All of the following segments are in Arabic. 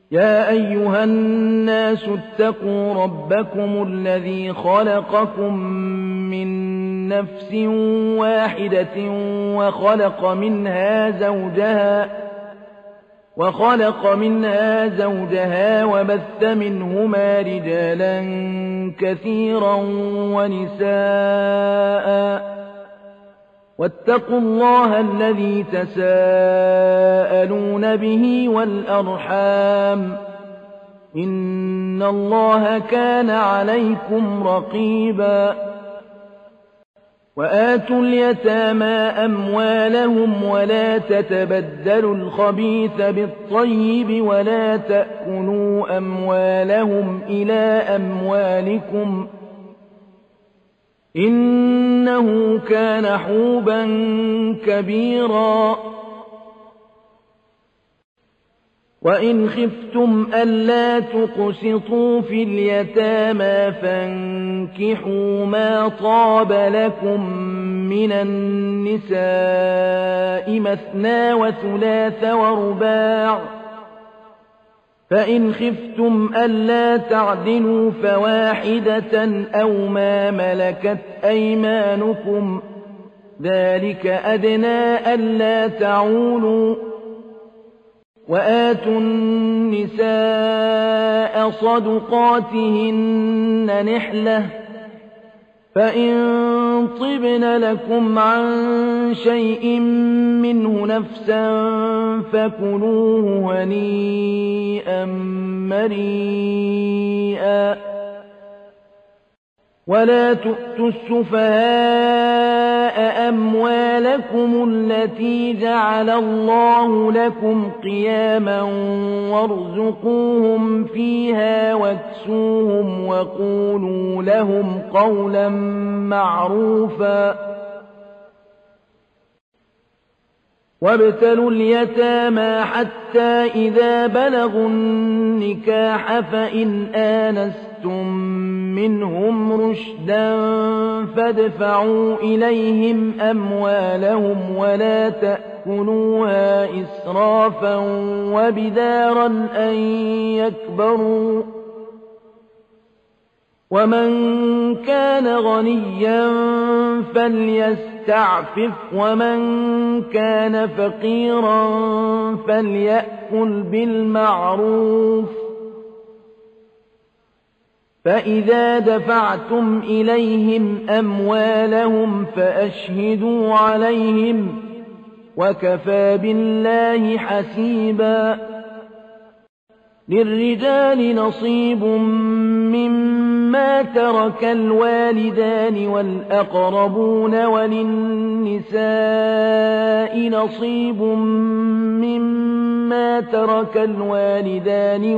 يا أيها الناس اتقوا ربكم الذي خلقكم من نفس واحدة وخلق منها زوجها وبث منهما رجالا كثيرا ونساء واتقوا الله الذي تساءلون به والأرحام إن الله كان عليكم رقيبا وآتوا اليتامى أموالهم ولا تتبدلوا الخبيث بالطيب ولا تأكلوا أموالهم إلى أموالكم إنه كان حوبا كبيرا وإن خفتم ألا تقسطوا في اليتامى فانكحوا ما طاب لكم من النساء مثنى وثلاث ورباع فإن خفتم ألا تعدلوا فواحدة أو ما ملكت أيمانكم ذلك أدنى ألا تعولوا وآتوا النساء صدقاتهن نحلة فإن طبن لكم عن شيء منه نفسا فكلوه هنيئا مريئا ولا تؤتوا السفهاء أموالكم التي جعل الله لكم قياما وارزقوهم فيها واكسوهم وقولوا لهم قولا معروفا وابتلوا اليتامى حتى إذا بلغوا النكاح فإن آنستم منهم رشدا فادفعوا إليهم أموالهم ولا تأكلوها إسرافا وبدارا أن يكبروا ومن كان غنيا فليستعفف ومن كان فقيرا فليأكل بالمعروف فإذا دفعتم إليهم أموالهم فأشهدوا عليهم وكفى بالله حسيبا للرجال نصيب مما ترك الوالدان والأقربون وللنساء نصيب مما ترك الوالدان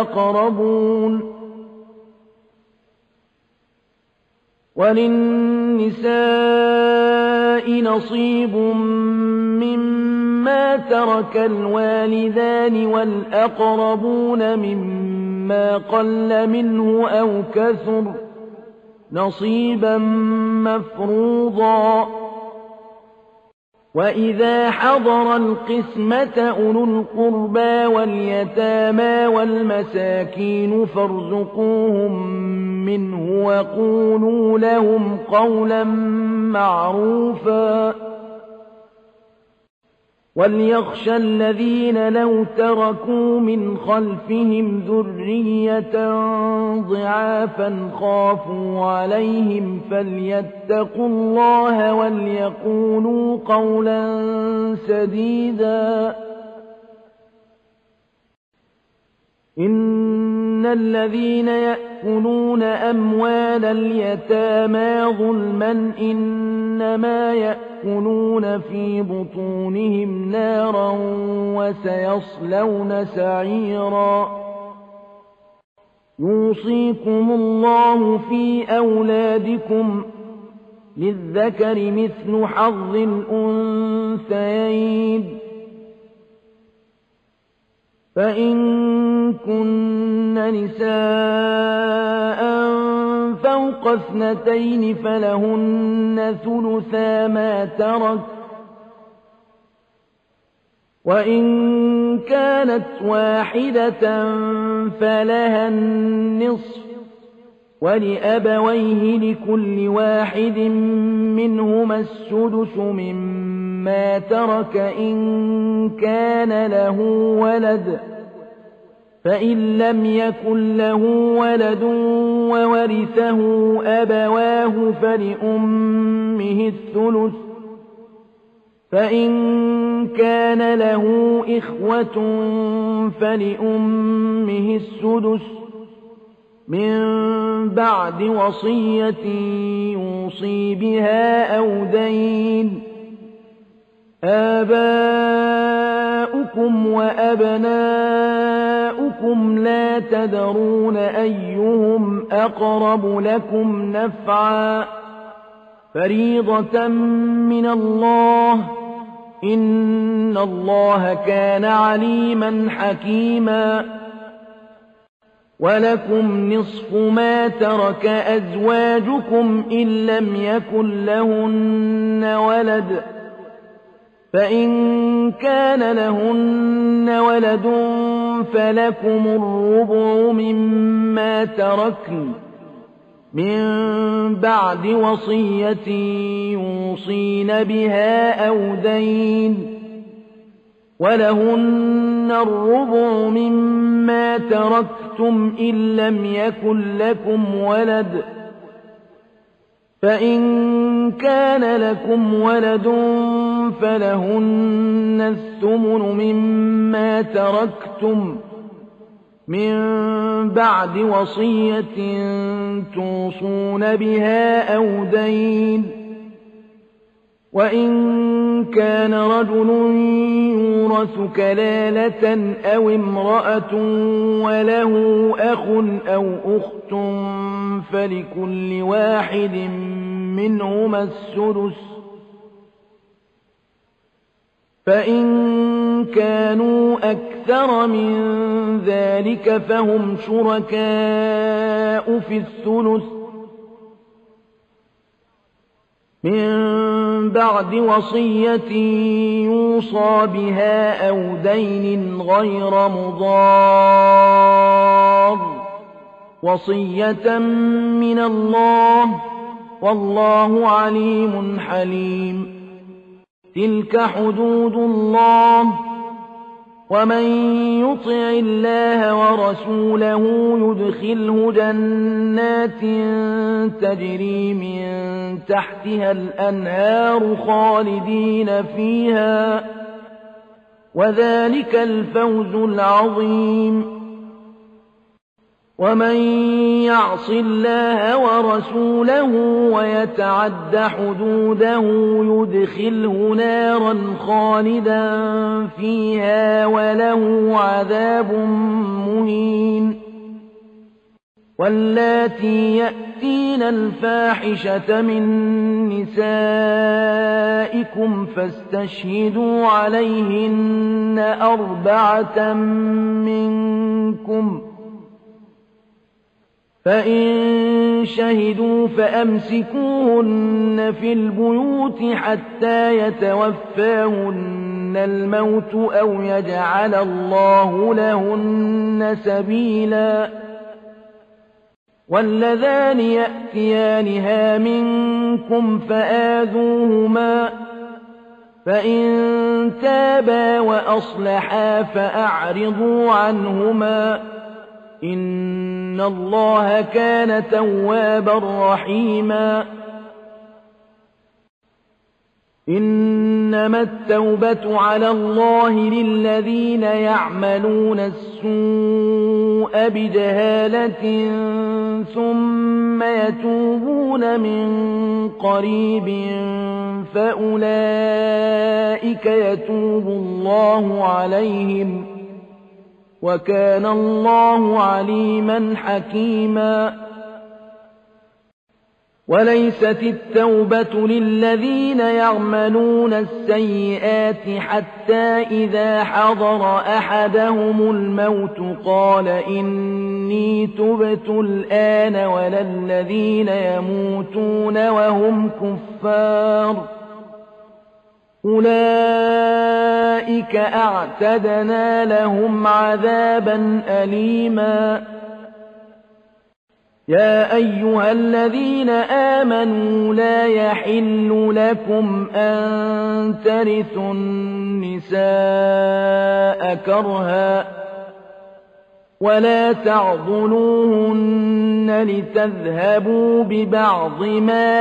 والأقربون مما قل منه أو كثر نصيبا مفروضا وإذا حضر القسمة أولو القربى واليتامى والمساكين فارزقوهم منه وقولوا لهم قولا معروفا وليخشى الذين لو تركوا من خلفهم ذرية ضعافا خافوا عليهم فليتقوا الله وليقولوا قولا سديدا إن الذين يأكلون أموال اليتامى ظلما إنما يأكلون في بطونهم نارا وسيصلون سعيرا يوصيكم الله في أولادكم للذكر مثل حظ الأنثيين فإن كن نساء فوق 2 فلهن ثلثا ما ترك وإن كانت واحدة فلها النصف ولأبويه لكل واحد منهما السدس مما ترك إن كان له ولد فإن لم يكن له ولد وورثه أبواه فلأمه الثلث فإن كان له إخوة فلأمه السدس من بعد وصية يوصي بها أو دين آباؤكم وأبناؤكم لا تدرون أيهم أقرب لكم نفعا فريضة من الله إن الله كان عليما حكيما ولكم نصف ما ترك أزواجكم إن لم يكن لهن ولد فإن كان لهن ولد فلكم الربع مما تركن من بعد وصية يوصين بها أو دين ولهن الربع مما تركتم إن لم يكن لكم ولد فإن كان لكم ولد فلهن الثمن مما تركتم من بعد وصية توصون بها أو دين وإن كان رجل يورث كلالة أو امرأة وله أخ أو أخت فلكل واحد منهما السدس فإن كانوا أكثر من ذلك فهم شركاء في الثلث من بعد وصية يوصى بها أو دين غير مضار وصية من الله والله عليم حليم تلك حدود الله ومن يطع الله ورسوله يدخله جنات تجري من تحتها الأنهار خالدين فيها وذلك الفوز العظيم ومن يعص الله ورسوله ويتعد حدوده يدخله نارا خالدا فيها وله عذاب مهين واللاتي يأتين الفاحشة من نسائكم فاستشهدوا عليهن 4 منكم فإن شهدوا فأمسكوهن في البيوت حتى يتوفاهن الموت أو يجعل الله لهن سبيلا واللذان يأتيانها منكم فآذوهما فإن تابا وأصلحا فأعرضوا عنهما إن الله كان توابا رحيما إنما التوبة على الله للذين يعملون السوء بجهالة ثم يتوبون من قريب فأولئك يتوب الله عليهم وكان الله عليما حكيما وليست التوبة للذين يعملون السيئات حتى إذا حضر أحدهم الموت قال إني تبت الآن ولا الذين يموتون وهم كفار أولئك أعتدنا لهم عذابا أليما يا أيها الذين آمنوا لا يحل لكم أن ترثوا النساء كرها ولا تعضلوهن لتذهبوا ببعض ما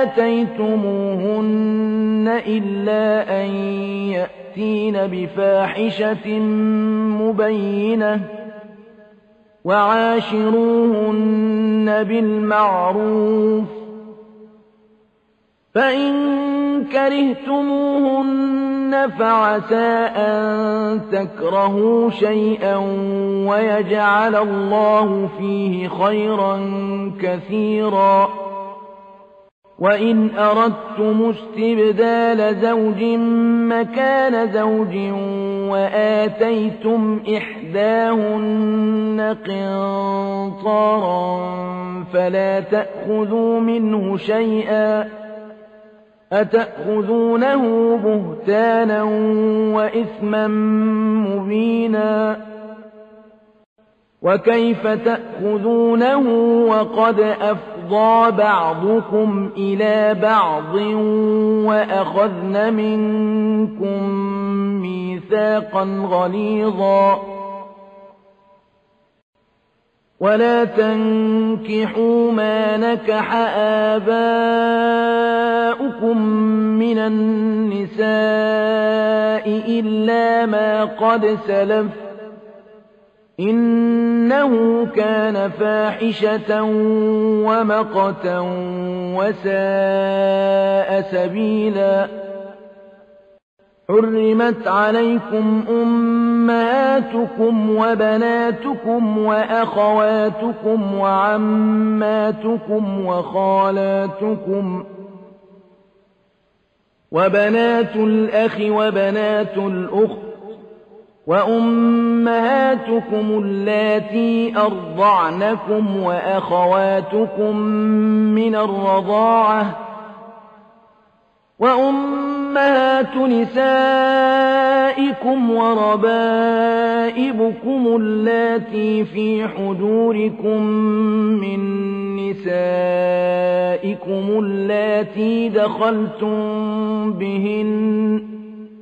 آتيتموهن إلا أن يأتين بفاحشة مبينة وعاشروهن بالمعروف فإن كرهتموهن فعسى أن تكرهوا شيئا ويجعل الله فيه خيرا كثيرا وإن أردتم استبدال زوج مكان زوج وآتيتم إحداهن قنطارا فلا تأخذوا منه شيئا أتأخذونه بهتانا وإثما مبينا وكيف تأخذونه وقد أفضى بعضكم إلى بعض وأخذن منكم ميثاقا غليظا ولا تنكحوا ما نكح آباؤكم من النساء إلا ما قد سلف إنه كان فاحشة ومقتا وساء سبيلا حرمت عليكم أمهاتكم وبناتكم وأخواتكم وعماتكم وخالاتكم وبنات الأخ وبنات الأخت وأمهاتكم اللاتي أرضعنكم وأخواتكم من الرضاعة وأمهات نسائكم وربائبكم اللاتي في حجوركم من نسائكم اللاتي دخلتم بهن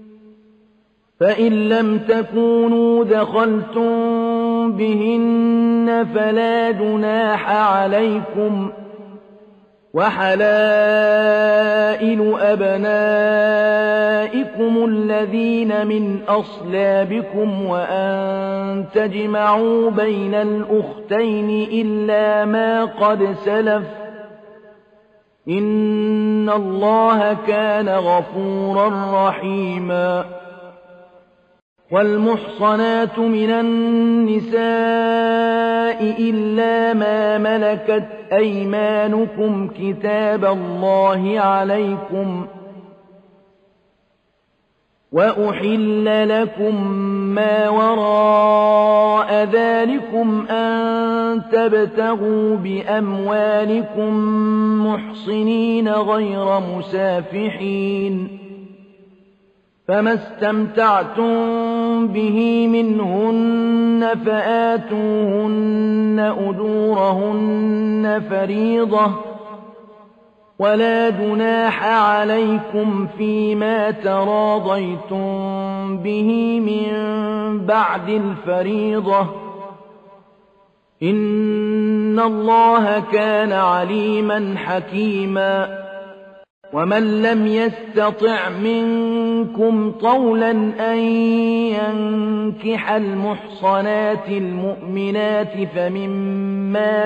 فإن لم تكونوا دخلتم بهن فلا جناح عليكم وحلائل أبنائكم الذين من أصلابكم وأن تجمعوا بين الأختين إلا ما قد سلف إن الله كان غفورا رحيما والمحصنات من النساء إلا ما ملكت أيمانكم كتاب الله عليكم وأحل لكم ما وراء ذلكم أن تبتغوا بأموالكم محصنين غير مسافحين فما استمتعتم به منهن فآتوهن أجورهن فريضة ولا جناح عليكم فيما تراضيتم به من بعد الفريضة إن الله كان عليما حكيما ومن لم يستطع منكم طولا أن ينكح المحصنات المؤمنات فمما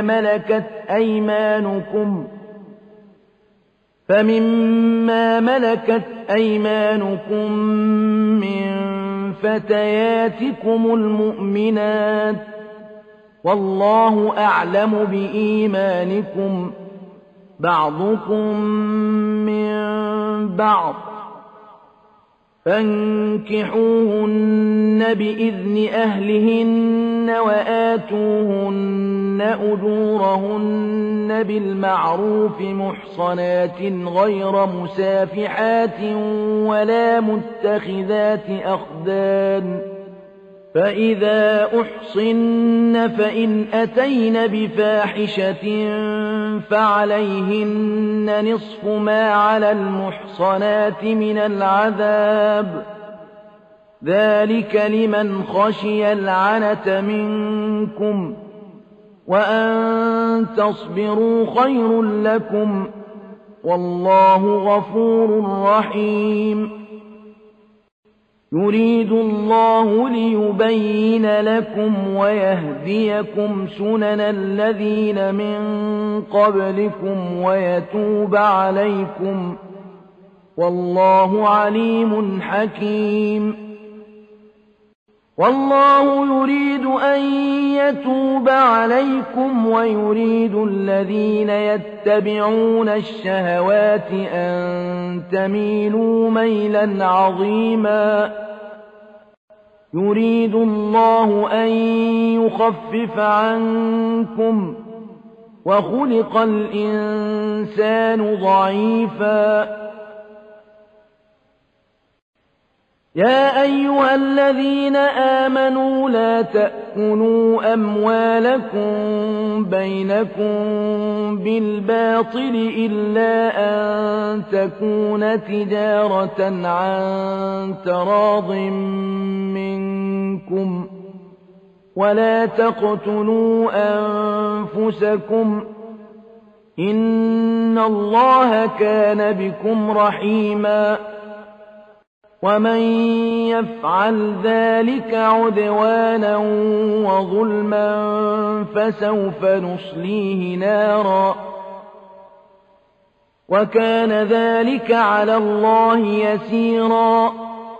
ملكت أيمانكم من فتياتكم المؤمنات والله أعلم بإيمانكم بعضكم من بعض فانكحوهن بإذن أهلهن وآتوهن أجورهن بالمعروف محصنات غير مسافحات ولا متخذات أخدان فإذا أحصن فإن أتين بفاحشة فعليهن نصف ما على المحصنات من العذاب ذلك لمن خشي العنة منكم وأن تصبروا خير لكم والله غفور رحيم يريد الله ليبين لكم ويهديكم سنن الذين من قبلكم ويتوب عليكم والله عليم حكيم والله يريد أن يتوب عليكم ويريد الذين يتبعون الشهوات أن تميلوا ميلا عظيما يريد الله أن يخفف عنكم وخلق الإنسان ضعيفا يا أيها الذين آمنوا لا تأكلوا أموالكم بينكم بالباطل إلا أن تكون تجارة عن تراض منكم ولا تقتلوا أنفسكم إن الله كان بكم رحيما ومن يفعل ذلك عدوانا وظلما فسوف نصليه نارا وكان ذلك على الله يسيرا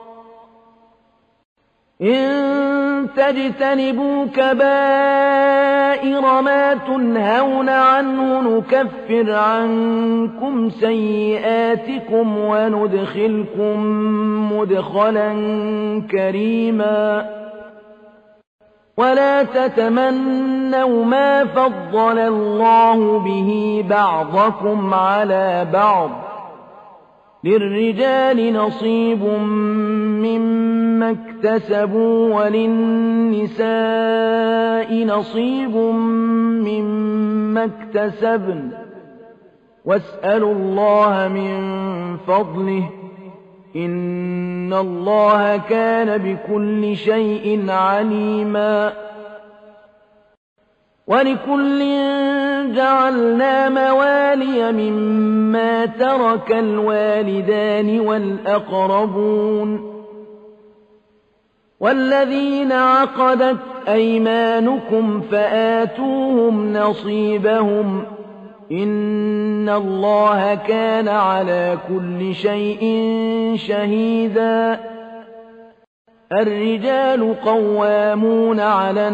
إن تجتنبوا كبائر ما تنهون عنه نكفر عنكم سيئاتكم وندخلكم مدخلا كريما ولا تتمنوا ما فضل الله به بعضكم على بعض للرجال نصيب مما اكتسبوا وللنساء نصيب مما اكتسبن واسألوا الله من فضله إن الله كان بكل شيء عليما ولكل جعلنا موالي مما ترك الوالدان والأقربون والذين عقدت أيمانكم فآتوهم نصيبهم إن الله كان على كل شيء شهيدا الرجال قوامون على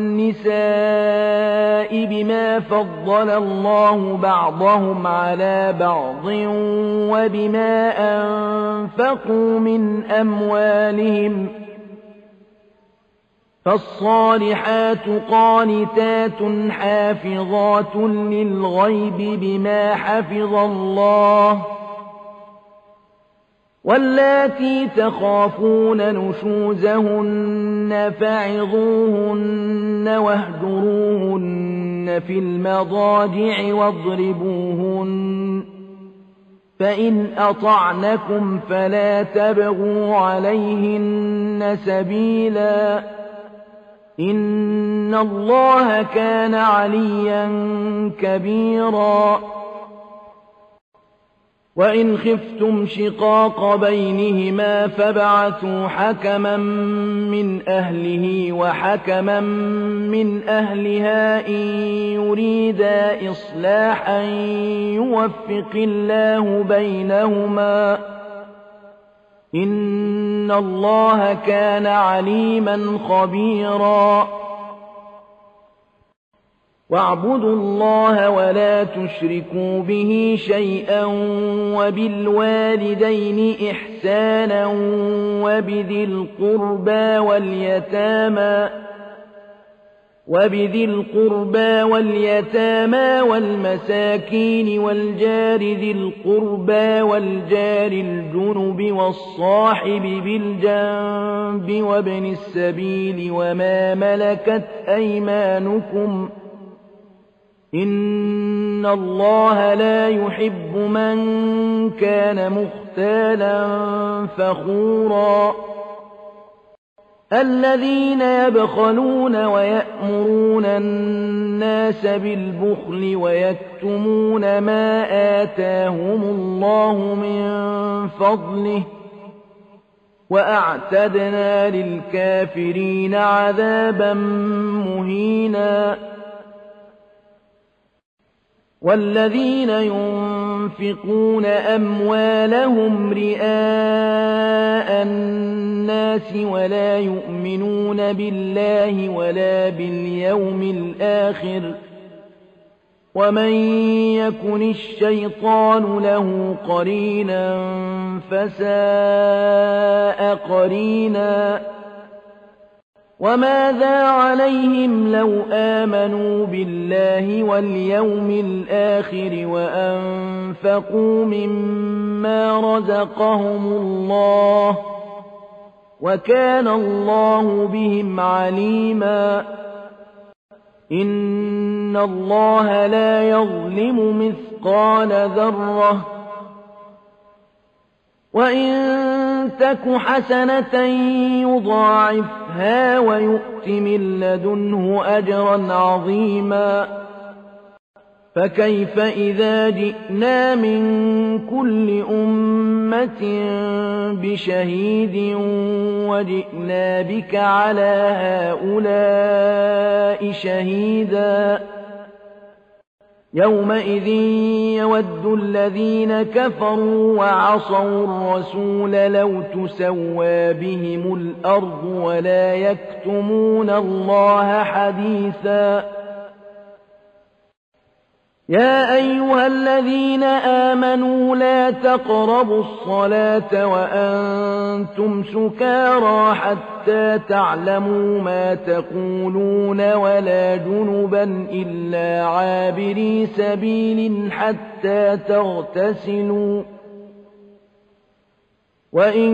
النساء بما فضل الله بعضهم على بعض وبما أنفقوا من أموالهم فالصالحات قانتات حافظات للغيب بما حفظ الله واللاتي تخافون نشوزهن فعظوهن واهجروهن في المضاجع واضربوهن فإن أطعنكم فلا تبغوا عليهن سبيلا إن الله كان عليا كبيرا وإن خفتم شقاق بينهما فابعثوا حكما من أهله وحكما من أهلها إن يريدا إصلاحا يوفق الله بينهما إن الله كان عليما خبيرا واعبدوا الله ولا تشركوا به شيئا وبالوالدين إحسانا وبذي القربى وبذي القربى واليتامى والمساكين والجار ذي القربى والجار الجنب والصاحب بالجنب وابن السبيل وما ملكت أيمانكم إن الله لا يحب من كان مختالا فخورا الذين يبخلون ويأمرون الناس بالبخل ويكتمون ما آتاهم الله من فضله وأعتدنا للكافرين عذابا مهينا والذين ينفقون أموالهم رئاء الناس ولا يؤمنون بالله ولا باليوم الآخر ومن يكن الشيطان له قرينا فساء قرينا وماذا عليهم لو آمنوا بالله واليوم الآخر وأنفقوا مما رزقهم الله وكان الله بهم عليما إن الله لا يظلم مثقال ذرة وإن تك حسنة يضاعفها ويؤت من لدنه أجرا عظيما فكيف إذا جئنا من كل أمة بشهيد وجئنا بك على هؤلاء شهيدا يومئذ يود الذين كفروا وعصوا الرسول لو تسوى بهم الأرض ولا يكتمون الله حديثا يا أيها الذين آمنوا لا تقربوا الصلاة وأنتم سكارى حتى تعلموا ما تقولون ولا جنبا إلا عابري سبيل حتى تغتسلوا وإن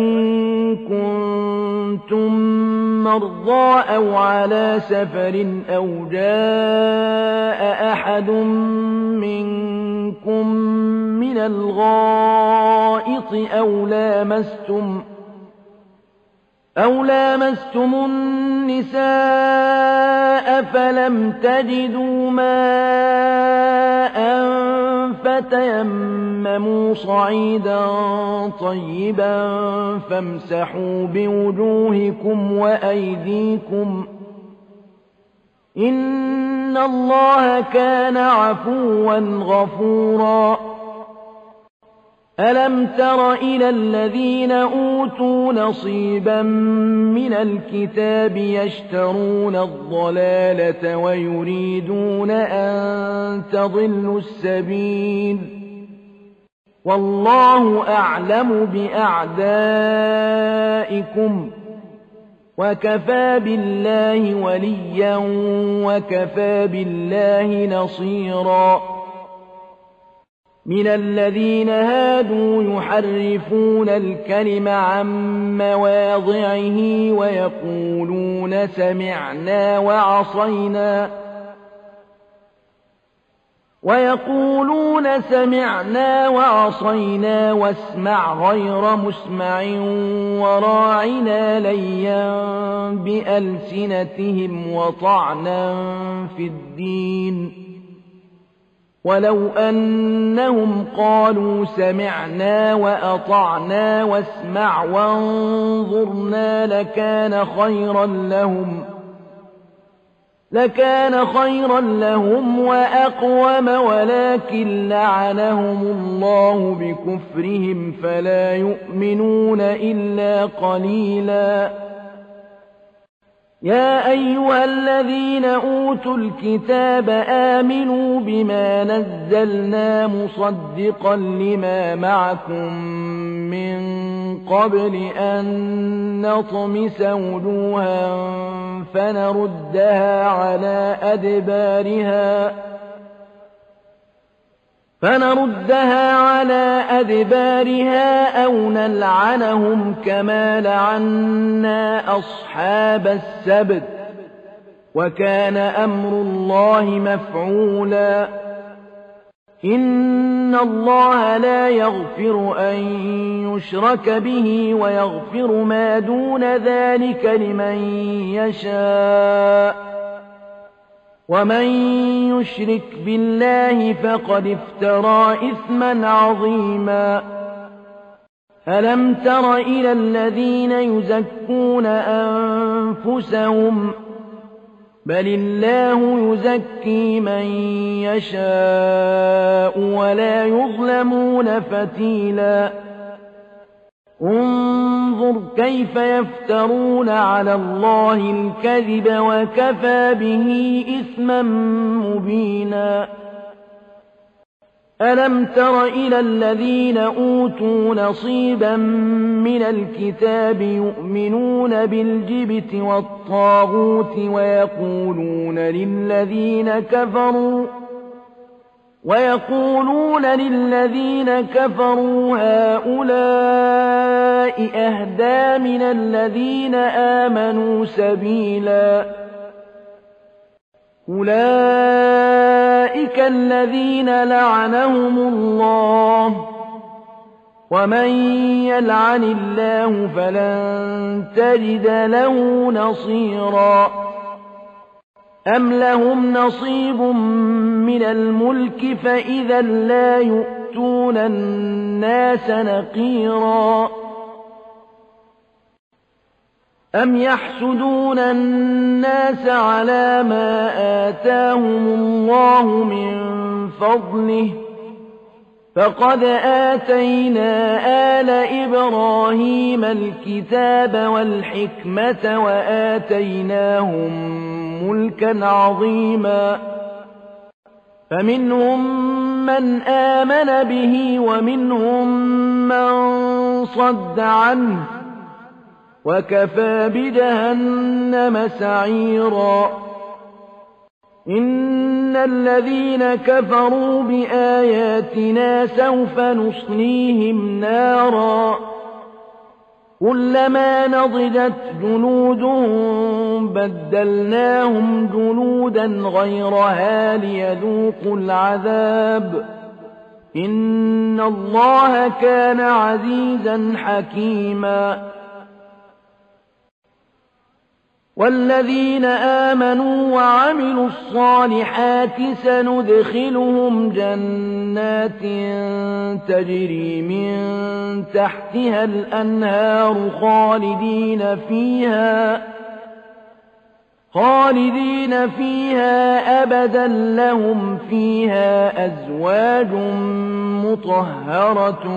كنتم مرضى أو على سفر أو جاء أحد منكم من الغائط أو لامستم النساء فلم تجدوا ماء فتيمموا صعيدا طيبا فامسحوا بوجوهكم وأيديكم إن الله كان عفوا غفورا ألم تر إلى الذين أوتوا نصيبا من الكتاب يشترون الضلالة ويريدون أن تضلوا السبيل والله أعلم بأعدائكم وكفى بالله وليا وكفى بالله نصيرا من الذين هادوا يحرفون الكلم عن مواضعه ويقولون سمعنا وعصينا واسمع غير مسمع وراعنا ليا بألسنتهم وطعنا في الدين ولو أنهم قالوا سمعنا وأطعنا واسمع وانظرنا لكان خيرا لهم وأقوم ولكن لعنهم الله بكفرهم فلا يؤمنون إلا قليلا يا أيها الذين أوتوا الكتاب آمنوا بما نزلنا مصدقا لما معكم من قبل أن نطمس وجوها فنردها على أدبارها أو نلعنهم كما لعنا أصحاب السبت وكان أمر الله مفعولا إن الله لا يغفر أن يشرك به ويغفر ما دون ذلك لمن يشاء ومن يشرك بالله فقد افترى إثما عظيما ألم تر إلى الذين يزكون أنفسهم بل الله يزكي من يشاء ولا يظلمون فتيلا انظر كيف يفترون على الله الكذب وكفى به إثما مبينا ألم تر إلى الذين أوتوا نصيبا من الكتاب يؤمنون بالجبت والطاغوت ويقولون للذين كفروا هؤلاء أهدى من الذين آمنوا سبيلا أولئك الذين لعنهم الله ومن يلعن الله فلن تجد له نصيرا أم لهم نصيب من الملك فإذا لا يؤتون الناس نقيرا أم يحسدون الناس على ما آتاهم الله من فضله فقد آتينا آل إبراهيم الكتاب والحكمة وآتيناهم ملكا عظيما فمنهم من آمن به ومنهم من صد عنه وكفى بجهنم سعيرا إن الذين كفروا بآياتنا سوف نصليهم نارا كلما نضجت جلودهم بدلناهم جلودا غيرها ليذوقوا العذاب إن الله كان عزيزا حكيما والذين آمنوا وعملوا الصالحات سندخلهم جنات تجري من تحتها الأنهار خالدين فيها أبدا لهم فيها أزواج مطهرة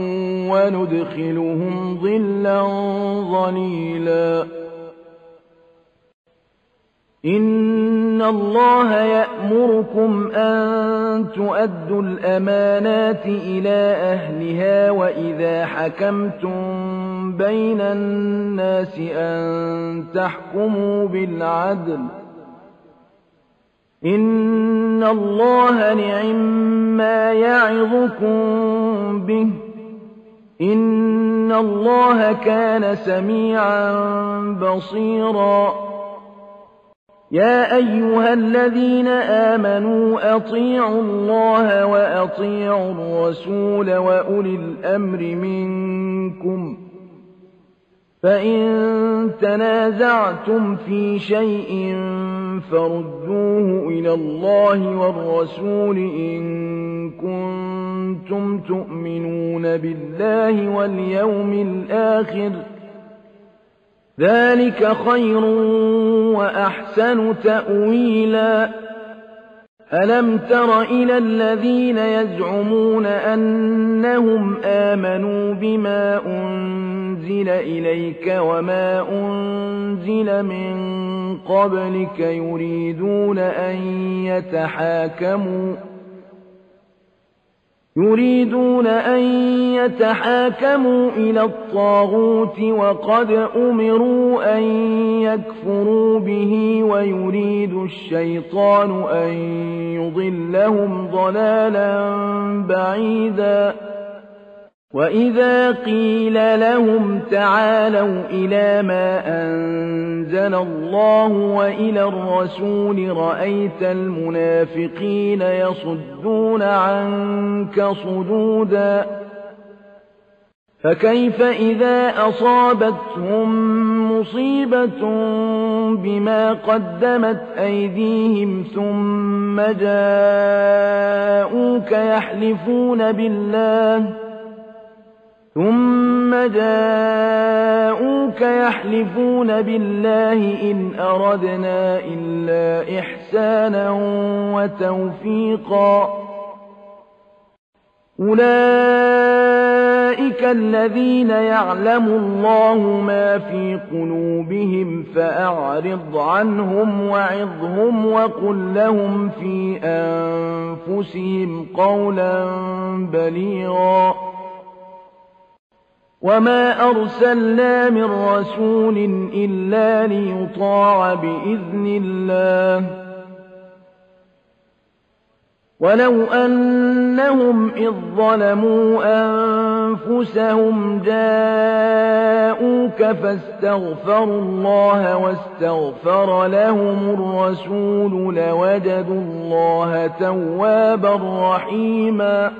وندخلهم ظلا ظليلا إن الله يأمركم أن تؤدوا الأمانات إلى أهلها وإذا حكمتم بين الناس أن تحكموا بالعدل إن الله نعما يعظكم به إن الله كان سميعا بصيرا يا أيها الذين آمنوا أطيعوا الله وأطيعوا الرسول وأولي الأمر منكم فإن تنازعتم في شيء فردوه إلى الله والرسول إن كنتم تؤمنون بالله واليوم الآخر ذلك خير وأحسن تأويلا ألم تر إلى الذين يزعمون أنهم آمنوا بما أنزل إليك وما أنزل من قبلك يريدون أن يتحاكموا إلى الطاغوت وقد أمروا أن يكفروا به ويريد الشيطان أن يضلهم ضلالا بعيدا وإذا قيل لهم تعالوا إلى ما أنزل الله وإلى الرسول رأيت المنافقين يصدون عنك صدودا فكيف إذا أصابتهم مصيبة بما قدمت أيديهم ثم جاءوك يحلفون بالله إن أردنا إلا إحسانا وتوفيقا أولئك الذين يعلم الله ما في قلوبهم فأعرض عنهم وعظهم وقل لهم في أنفسهم قولا بليغا وما أرسلنا من رسول إلا ليطاع بإذن الله ولو أنهم إذ ظلموا أنفسهم جاءوك فاستغفروا الله واستغفر لهم الرسول لوجدوا الله توابا رحيما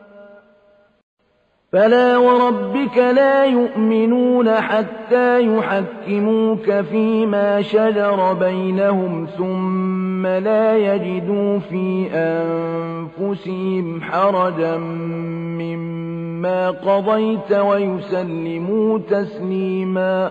فلا وربك لا يؤمنون حتى يحكموك فيما شجر بينهم ثم لا يجدوا في أنفسهم حرجا مما قضيت ويسلموا تسليما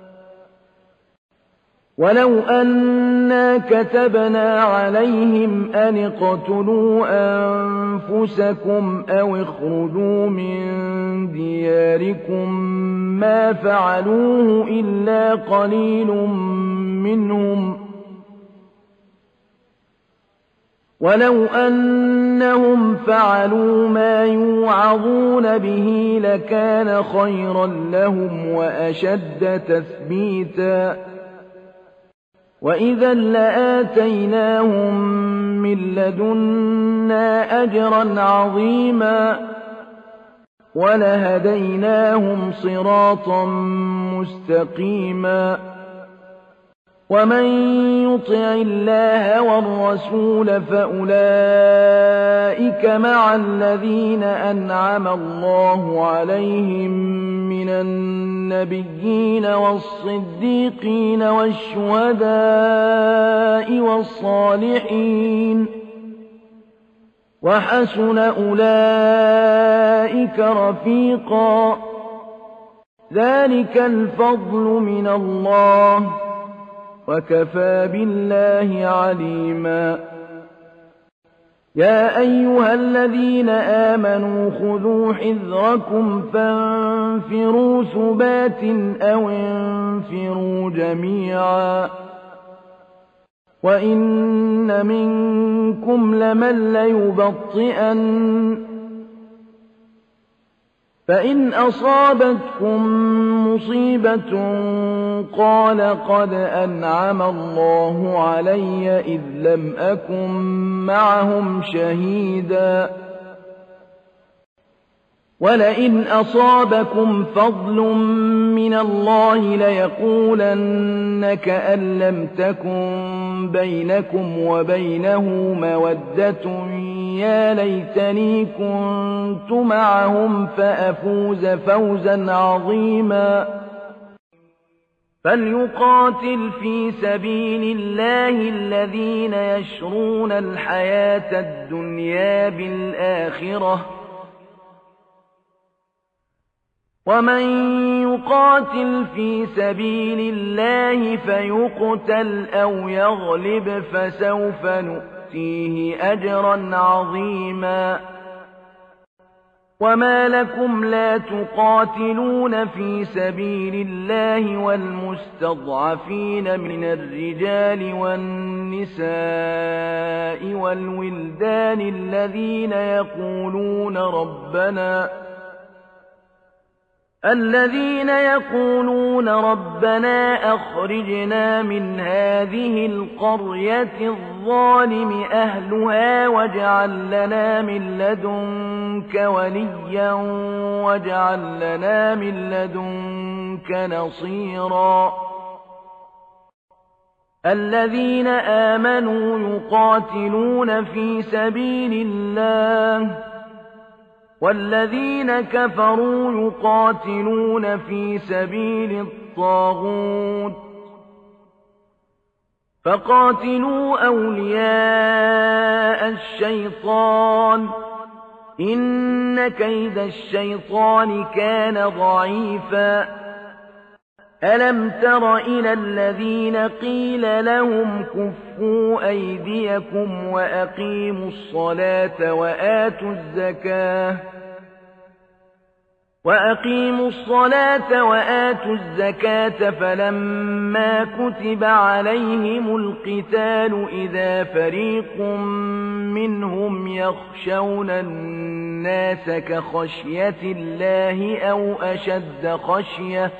ولو أنا كتبنا عليهم أن اقتلوا أنفسكم أو اخرجوا من دياركم ما فعلوه إلا قليل منهم ولو أنهم فعلوا ما يوعظون به لكان خيرا لهم وأشد تثبيتا وإذا لآتيناهم من لدنا أجرا عظيما ولهديناهم صراطا مستقيما ومن يطع الله والرسول فأولئك مع الذين أنعم الله عليهم من النبيين والصديقين والشهداء والصالحين وحسن أولئك رفيقا ذلك الفضل من الله وكفى بالله عليما يا أيها الذين آمنوا خذوا حذركم فانفروا ثبات أو انفروا جميعا وإن منكم لمن ليبطئن فإن أصابتكم مصيبة قال قد أنعم الله علي إذ لم أكن معهم شهيدا ولئن أصابكم فضل من الله ليقولن كأن لم تكن بينكم وبينه مودة يا ليتني كنت معهم فأفوز فوزا عظيما فليقاتل في سبيل الله الذين يشرون الحياة الدنيا بالآخرة ومن يقاتل في سبيل الله فيقتل أو يغلب فسوف نؤتيه أجرا عظيما وما لكم لا تقاتلون في سبيل الله والمستضعفين من الرجال والنساء والولدان الذين يقولون ربنا أخرجنا من هذه القرية الظالم أهلها واجعل لنا من لدنك وليا واجعل لنا من لدنك نصيرا الذين آمنوا يقاتلون في سبيل الله والذين كفروا يقاتلون في سبيل الطاغوت فقاتلوا أولياء الشيطان إن كيد الشيطان كان ضعيفا ألم تر إلى الذين قيل لهم كفوا أيديكم وأقيموا الصلاة وآتوا الزكاة فلما كتب عليهم القتال إذا فريق منهم يخشون الناس كخشية الله أو أشد خشية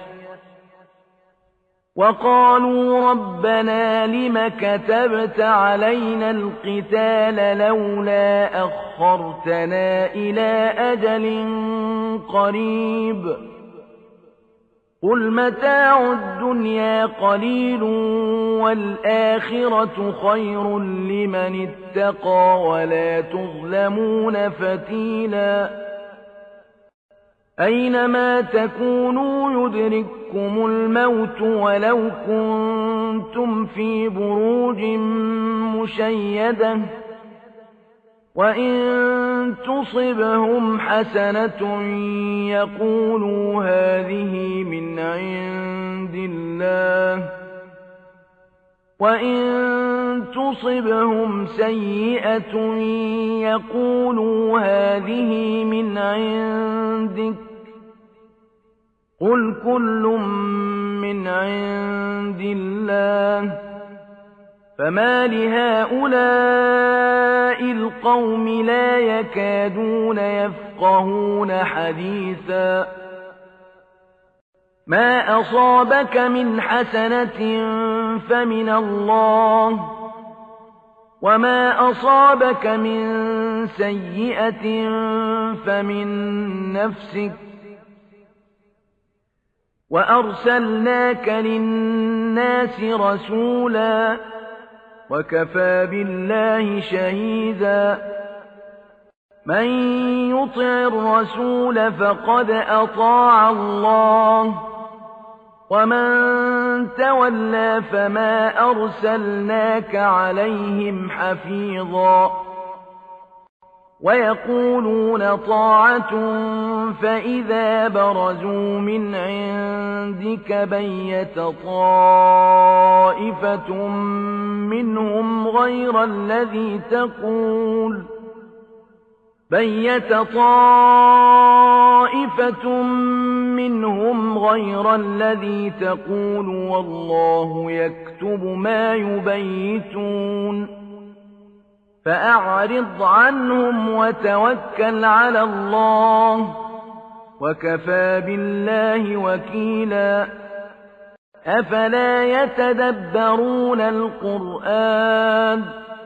وقالوا ربنا لم كتبت علينا القتال لولا أخرتنا إلى أجل قريب قل متاع الدنيا قليل والآخرة خير لمن اتقى ولا تظلمون فتيلا أينما تكونوا يدرككم الموت ولو كنتم في بروج مشيدة وإن تصبهم حسنة يقولوا هذه من عند الله وإن تصبهم سيئة يقولوا هذه من عندك قل كل من عند الله فما لهؤلاء القوم لا يكادون يفقهون حديثا ما أصابك من حسنة فمن الله وما أصابك من سيئة فمن نفسك وأرسلناك للناس رسولا وكفى بالله شهيدا من يطع الرسول فقد أطاع الله ومن تولى فما أرسلناك عليهم حفيظا ويقولون طاعة فإذا برزوا من عندك بيت طائفة منهم غير الذي تقول والله يكتب ما يبيتون فأعرض عنهم وتوكل على الله وكفى بالله وكيلا أفلا يتدبرون القرآن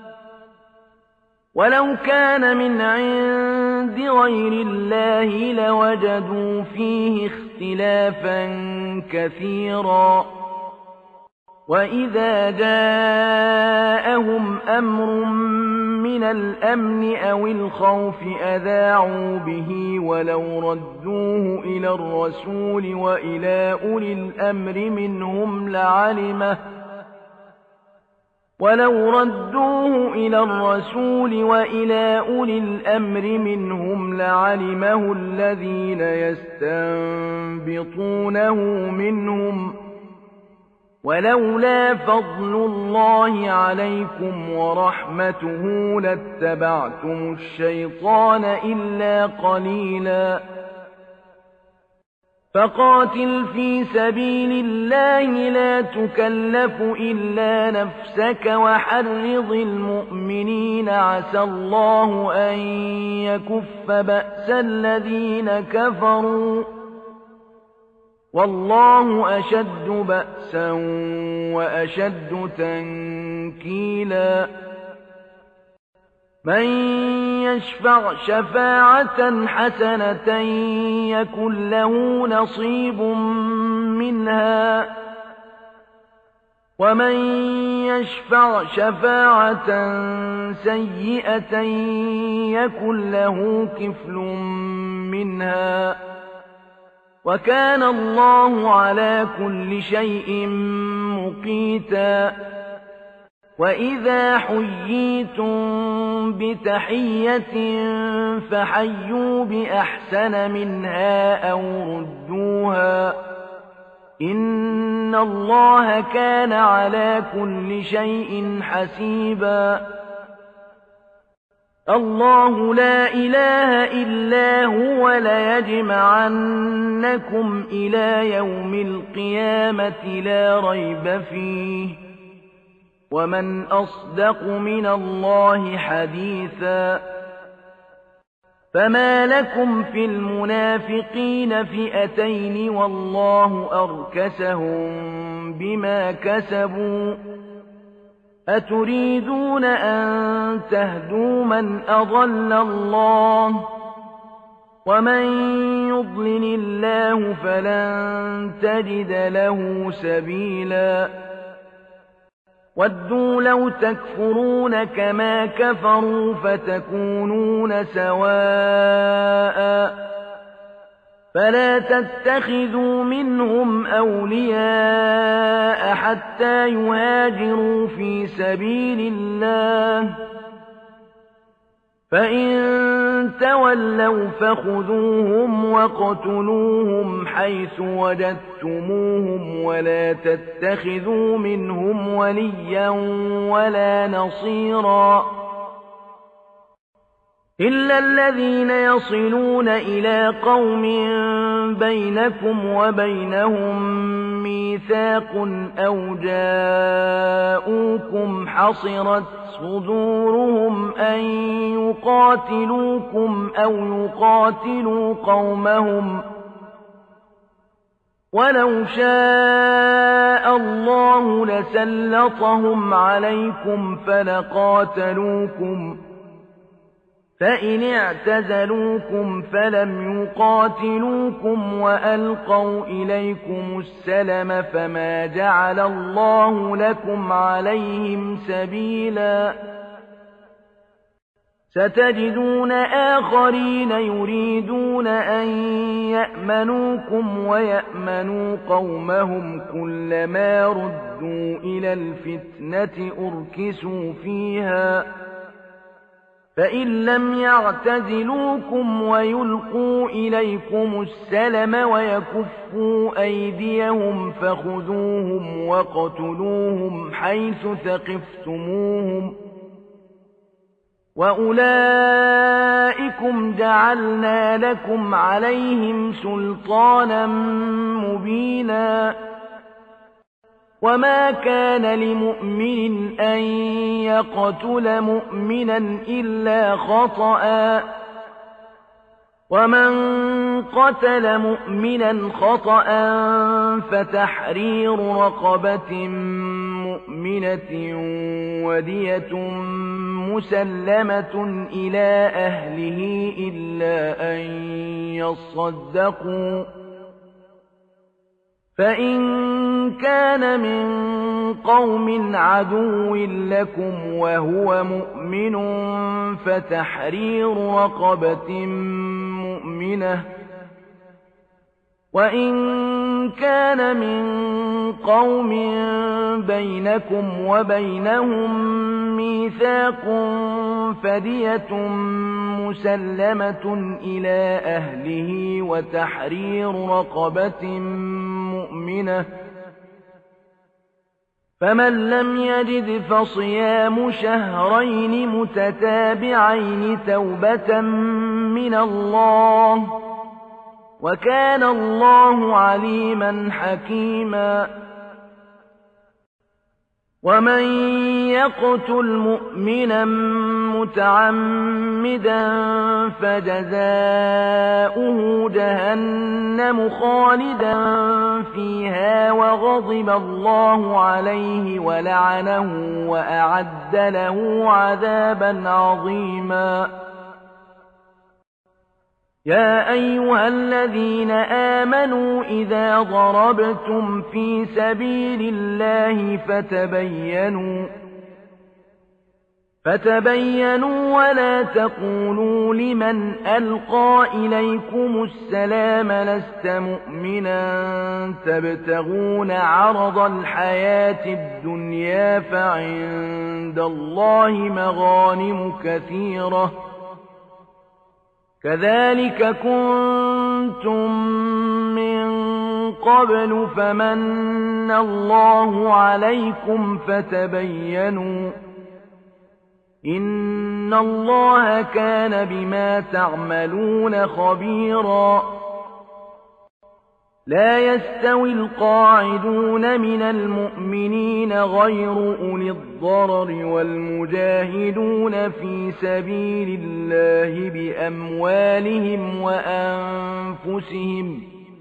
ولو كان من عند غير الله لوجدوا فيه اختلافا كثيرا وإذا جاءهم أمر من الأمن أو الخوف أذاعوا به ولو ردوه إلى الرسول وإلى أولي الأمر منهم لعلمه الذين يستنبطونه منهم ولولا فضل الله عليكم ورحمته لاتبعتم الشيطان إلا قليلا فقاتل في سبيل الله لا تكلف إلا نفسك وحرض المؤمنين عسى الله أن يكف بأس الذين كفروا والله أشد بأسا وأشد تنكيلا من يشفع شفاعة حسنة يكن له نصيب منها ومن يشفع شفاعة سيئة يكن له كفل منها وكان الله على كل شيء مقيتا وإذا حييتم بتحية فحيوا بأحسن منها أو ردوها إن الله كان على كل شيء حسيبا الله لا إله إلا هو ليجمعنكم إلى يوم القيامة لا ريب فيه ومن أصدق من الله حديثا فما لكم في المنافقين فئتين والله أركسهم بما كسبوا أتريدون أن تهدوا من أضل الله ومن يضلل الله فلن تجد له سبيلا ودوا لو تكفرون كما كفروا فتكونون سواء فلا تتخذوا منهم أولياء حتى يهاجروا في سبيل الله فإن تولوا فخذوهم واقتلوهم حيث وجدتموهم ولا تتخذوا منهم وليا ولا نصيرا إلا الذين يصلون إلى قوم بينكم وبينهم ميثاق أو جاءوكم حصرت صدورهم أن يقاتلوكم أو يقاتلوا قومهم ولو شاء الله لسلطهم عليكم فلقاتلوكم فإن اعتزلوكم فلم يقاتلوكم وألقوا إليكم السلم فما جعل الله لكم عليهم سبيلا ستجدون آخرين يريدون أن يأمنوكم ويأمنوا قومهم كلما ردوا إلى الفتنة أركسوا فيها فإن لم يعتزلوكم ويلقوا إليكم السلم ويكفوا أيديهم فخذوهم واقتلوهم حيث ثقفتموهم وأولئكم جعلنا لكم عليهم سلطانا مبينا وما كان لمؤمن أن يقتل مؤمنا إلا خطأ ومن قتل مؤمنا خطأ فتحرير رقبة مؤمنة ودية مسلمة إلى أهله إلا أن يصدقوا فإن كان من قوم عدو لكم وهو مؤمن فتحرير رقبة مؤمنة وإن كان من قوم بينكم وبينهم ميثاق فدية مسلمة إلى أهله وتحرير رقبة مؤمنة فمن لم يجد فصيام شهرين متتابعين توبة من الله، وكان الله عليما حكيما. ومن يقتل مؤمنا متعمدا فجزاؤه جهنم خالدا فيها وغضب الله عليه ولعنه وأعد له عذابا عظيما. يا أيها الذين آمنوا إذا ضربتم في سبيل الله فتبينوا ولا تقولوا لمن ألقى إليكم السلام لست مؤمنا تبتغون عرض الحياة الدنيا فعند الله مغانم كثيرة كذلك كنتم من قبل فمن الله عليكم فتبينوا إن الله كان بما تعملون خبيرا. لا يستوي القاعدون من المؤمنين غير أولي الضرر والمجاهدون في سبيل الله بأموالهم وأنفسهم.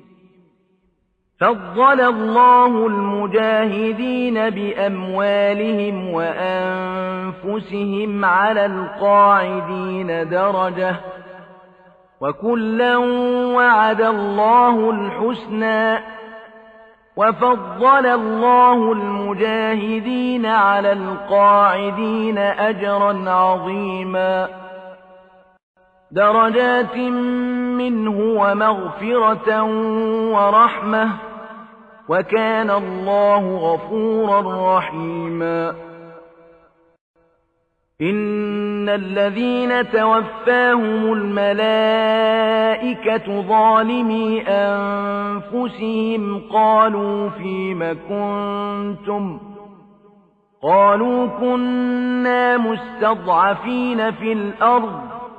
فضل الله المجاهدين بأموالهم وأنفسهم على القاعدين درجة وكلا وعد الله الحسنى وفضل الله المجاهدين على القاعدين أجرا عظيما درجات منه ومغفرة ورحمة وكان الله غفورا رحيما. إن الذين توفاهم الملائكة ظالمي أنفسهم قالوا فيم كنتم قالوا كنا مستضعفين في الأرض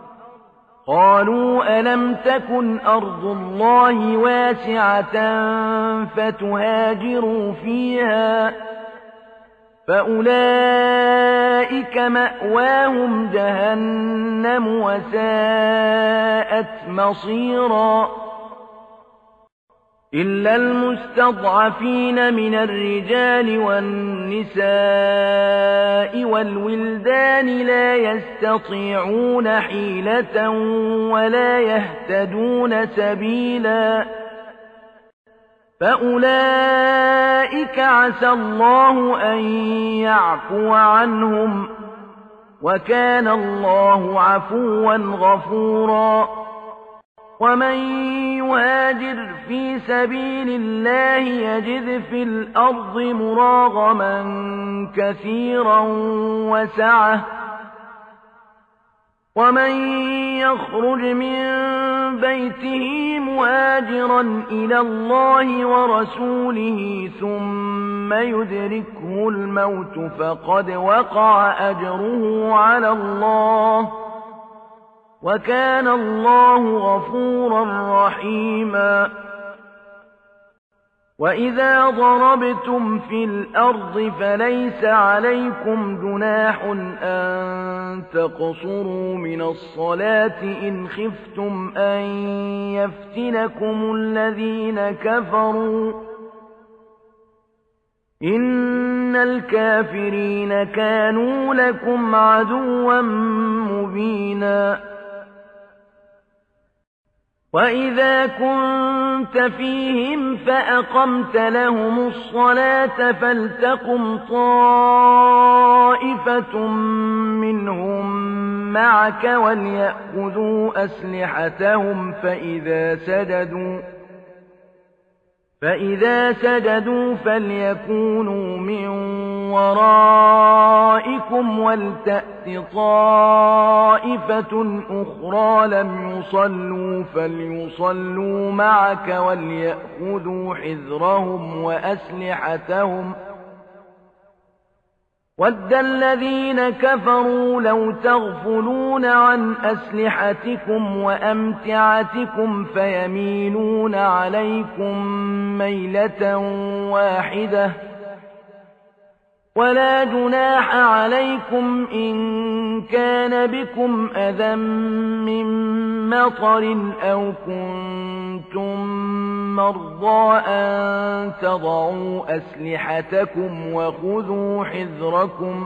قالوا ألم تكن أرض الله واسعة فتهاجروا فيها فأولئك مأواهم جهنم وساءت مصيرا. إلا المستضعفين من الرجال والنساء والولدان لا يستطيعون حيلة ولا يهتدون سبيلا فأولئك عسى الله أن يعفو عنهم وكان الله عفوا غفورا. ومن يهاجر في سبيل الله يجد في الأرض مراغما كثيرا وسعة ومن يخرج من بيته مهاجرا إلى الله ورسوله ثم يدركه الموت فقد وقع أجره على الله وكان الله غفورا رحيما. وإذا ضربتم في الأرض فليس عليكم جناح أن تقصروا من الصلاة إن خفتم أن يفتنكم الذين كفروا إن الكافرين كانوا لكم عدوا مبينا. وإذا كنت فيهم فأقمت لهم الصلاة فلتقم طائفة منهم معك وليأخذوا أسلحتهم فإذا سجدوا فليكونوا من ورائكم ولتأت طائفة أخرى لم يصلوا فليصلوا معك وليأخذوا حذرهم وأسلحتهم وَدَّ الَّذِينَ كَفَرُوا لَوْ تَغْفُلُونَ عَنْ أَسْلِحَتِكُمْ وَأَمْتِعَتِكُمْ فَيَمِيلُونَ عَلَيْكُمْ مَيْلَةً وَاحِدَةً وَلَا جُنَاحَ عَلَيْكُمْ إِن كَانَ بِكُمْ أَذًى مِّن مَّطَرٍ أَوْ كُنتُم مَّرْضَىٰ أَن تَضَعُوا أَسْلِحَتَكُمْ وَخُذُوا حِذْرَكُمْ ۗ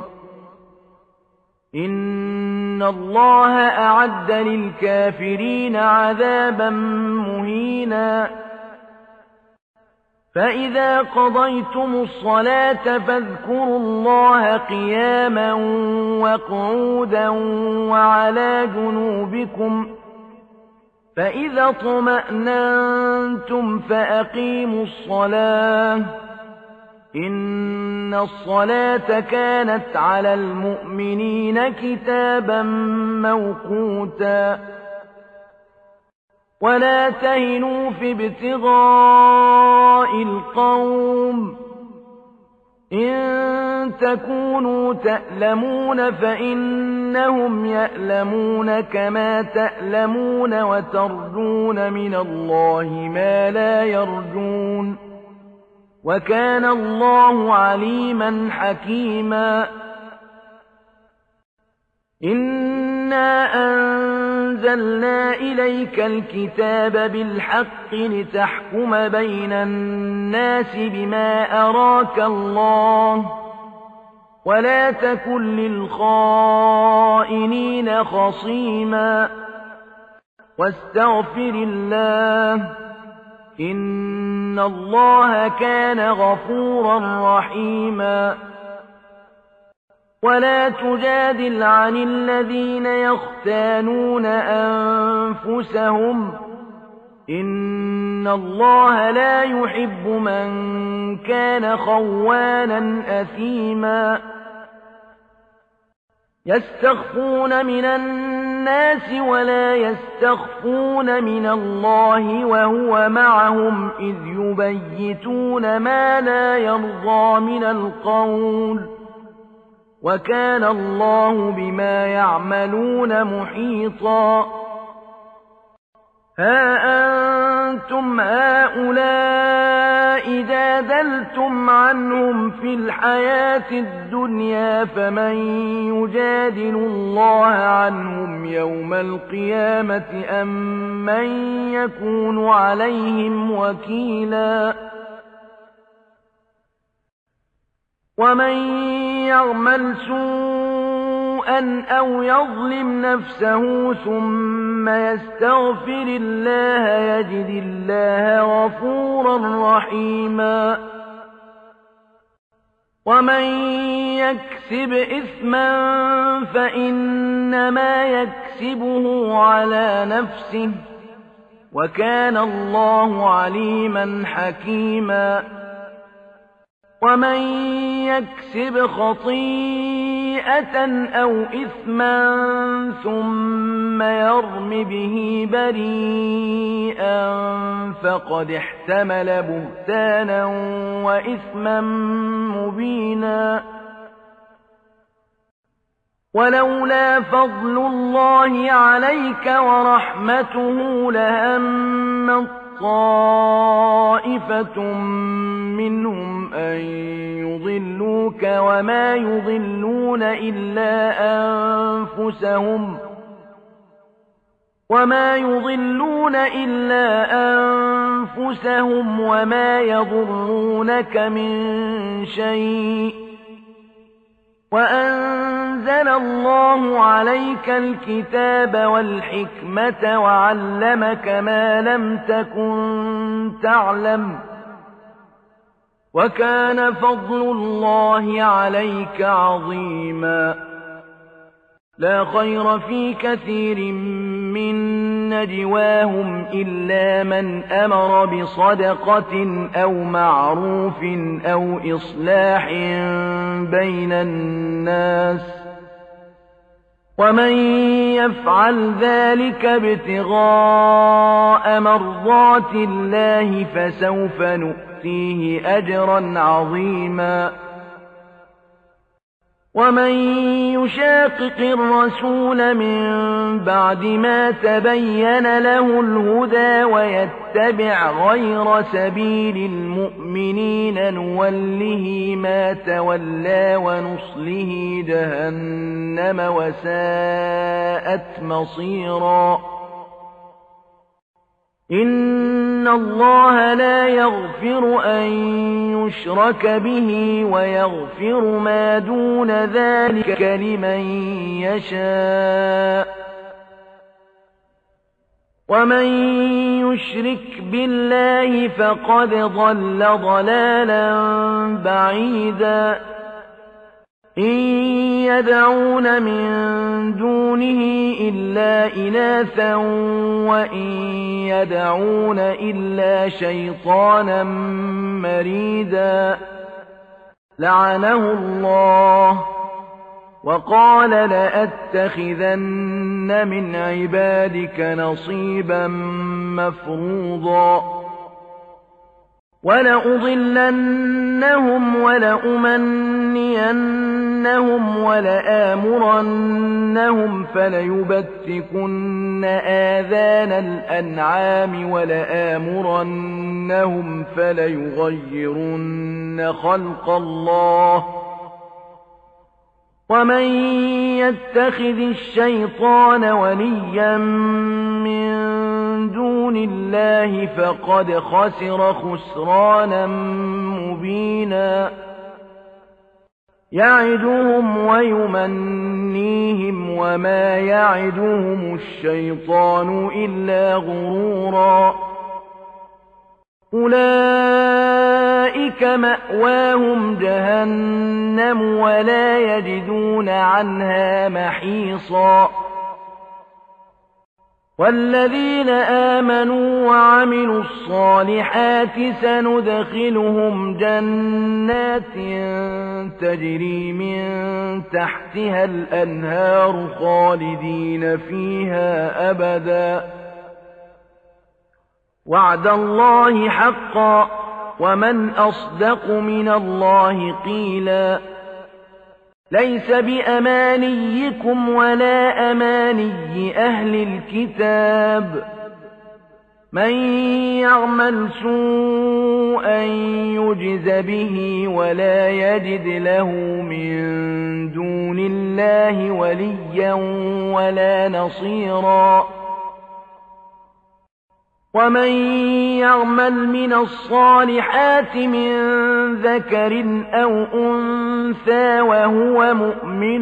إِنَّ اللَّهَ أَعَدَّ لِلْكَافِرِينَ عَذَابًا مُّهِينًا. فَإِذَا قَضَيْتُمُ الصَّلَاةَ فاذكروا اللَّهَ قِيَامًا وَقُعُودًا وَعَلَىٰ جُنُوبِكُمْ، فَإِذَا اطْمَأْنَنتُمْ فَأَقِيمُوا الصَّلَاةَ ۚ إِنَّ الصَّلَاةَ كَانَتْ عَلَى الْمُؤْمِنِينَ كِتَابًا مَّوْقُوتًا. وَلَا تَهِنُوا فِي ابْتِغَاءِ الْقَوْمِ ۖ إِن تَكُونُوا تَأْلَمُونَ فَإِنَّهُمْ يَأْلَمُونَ كَمَا تَأْلَمُونَ وَتَرْجُونَ مِنَ اللَّهِ مَا لَا يَرْجُونَ ۗ وَكَانَ اللَّهُ عَلِيمًا حَكِيمًا. إِنَّا أَنزَلْنَا إِلَيْكَ الْكِتَابَ بِالْحَقِّ لِتَحْكُمَ بَيْنَ النَّاسِ بِمَا أَرَاكَ اللَّهُ ۚ وَلَا تَكُن لِّلْخَائِنِينَ خَصِيمًا، وَاسْتَغْفِرِ اللَّهَ ۖ إِنَّ اللَّهَ كَانَ غَفُورًا رَّحِيمًا. وَلَا تُجَادِلْ عَنِ الَّذِينَ يَخْتَانُونَ أَنفُسَهُمْ ۚ إِنَّ اللَّهَ لَا يُحِبُّ مَن كَانَ خَوَّانًا أَثِيمًا. يَسْتَخْفُونَ مِنَ النَّاسِ وَلَا يَسْتَخْفُونَ مِنَ اللَّهِ وَهُوَ مَعَهُمْ إِذْ يُبَيِّتُونَ مَا لَا يَرْضَىٰ مِنَ الْقَوْلِ ۚ وَكَانَ اللَّهُ بِمَا يَعْمَلُونَ مُحِيطًا. هَا أَنتُمْ هَٰؤُلَاءِ جَادَلْتُمْ عَنْهُمْ فِي الْحَيَاةِ الدُّنْيَا فَمَن يُجَادِلُ اللَّهَ عَنْهُمْ يَوْمَ الْقِيَامَةِ أَم مَّن يَكُونُ عَلَيْهِمْ وَكِيلًا. وَمَن يَعْمَلْ سُوءًا أَوْ يَظْلِمْ نَفْسَهُ ثُمَّ يَسْتَغْفِرِ اللَّهَ يَجِدِ اللَّهَ غَفُورًا رَّحِيمًا. وَمَن يَكْسِبْ إِثْمًا فَإِنَّمَا يَكْسِبُهُ عَلَىٰ نَفْسِهِ ۚ وَكَانَ اللَّهُ عَلِيمًا حَكِيمًا. وَمَن يَكْسِبْ خَطِيئَةً أَوْ إِثْمًا ثُمَّ يَرْمِ بِهِ بَرِيئًا فَقَدِ احْتَمَلَ بُهْتَانًا وَإِثْمًا مُّبِينًا. وَلَوْلَا فَضْلُ اللَّهِ عَلَيْكَ وَرَحْمَتُهُ لَهَمَّت طَّائِفَةٌ مِّنْهُمْ أَن يُضِلُّوكَ وَمَا يُضِلُّونَ إِلَّا أَنفُسَهُمْ وَمَا يَضُرُّونَكَ مِن شَيْءٍ ۚ وَأَنزَلَ اللَّهُ عَلَيْكَ الْكِتَابَ وَالْحِكْمَةَ وَعَلَّمَكَ مَا لَمْ تَكُن تَعْلَمُ ۚ وَكَانَ فَضْلُ اللَّهِ عَلَيْكَ عَظِيمًا. لَا خَيْرَ فِي كَثِيرٍ مِّن نَّجْوَاهُمْ إِلَّا مَنْ أَمَرَ بِصَدَقَةٍ أَوْ مَعْرُوفٍ أَوْ إِصْلَاحٍ بَيْنَ النَّاسِ ۚ وَمَن يَفْعَلْ ذَٰلِكَ ابْتِغَاءَ مَرْضَاتِ اللَّهِ فَسَوْفَ نُؤْتِيهِ أَجْرًا عَظِيمًا. ومن يشاقق الرسول من بعد ما تبين له الهدى ويتبع غير سبيل المؤمنين نوله ما تولى ونصله جهنم وساءت مصيرا إن الله لا يغفر أن يشرك به ويغفر ما دون ذلك لمن يشاء ومن يشرك بالله فقد ضل ضلالا بعيدا إن يدعون من دونه إلا إناثا وإن يدعون إلا شيطانا مريدا لعنه الله وقال لأتخذن من عبادك نصيبا مفروضا ولأضلنهم ولأمنينهم ولآمرنهم فليبتكن آذان الأنعام ولآمرنهم فليغيرن خلق الله ومن يتخذ الشيطان وليا من دون الله فقد خسر خسرانا مبينا يعدهم ويمنيهم وما يعدهم الشيطان إلا غرورا أولئك مأواهم جهنم ولا يجدون عنها محيصا والذين آمنوا وعملوا الصالحات سندخلهم جنات تجري من تحتها الأنهار خالدين فيها أبدا وعد الله حقا ومن أصدق من الله قيلا ليس بأمانيكم ولا أماني أهل الكتاب من يعمل سوءا يجز به ولا يجد له من دون الله وليا ولا نصيرا ومن يعمل من الصالحات من ذكر أو أنثى وهو مؤمن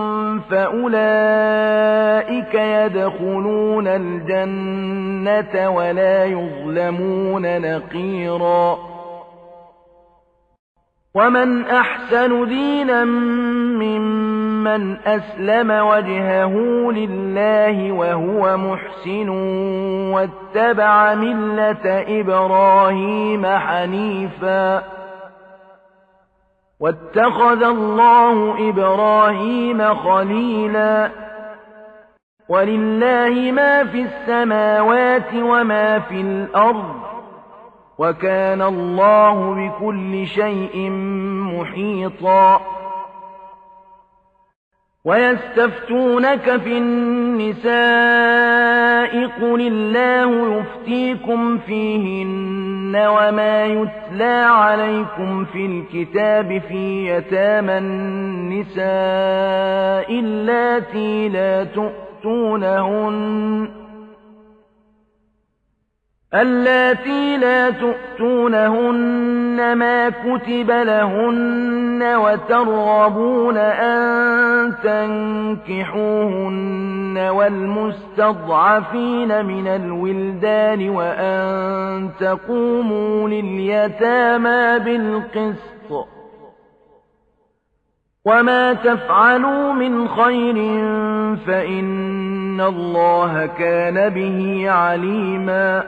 فأولئك يدخلون الجنة ولا يظلمون نقيرا ومن أحسن دينا ممن أسلم وجهه لله وهو محسن واتبع ملة إبراهيم حنيفا واتخذ الله إبراهيم خليلا ولله ما في السماوات وما في الأرض وكان الله بكل شيء محيطا ويستفتونك في النساء قل الله يفتيكم فيهن وما يتلى عليكم في الكتاب في يتامى النساء اللاتي لا تؤتونهن ما كتب لهن وترغبون أن تنكحوهن والمستضعفين من الولدان وأن تقوموا لليتامى بالقسط وما تفعلوا من خير فإن الله كان به عليما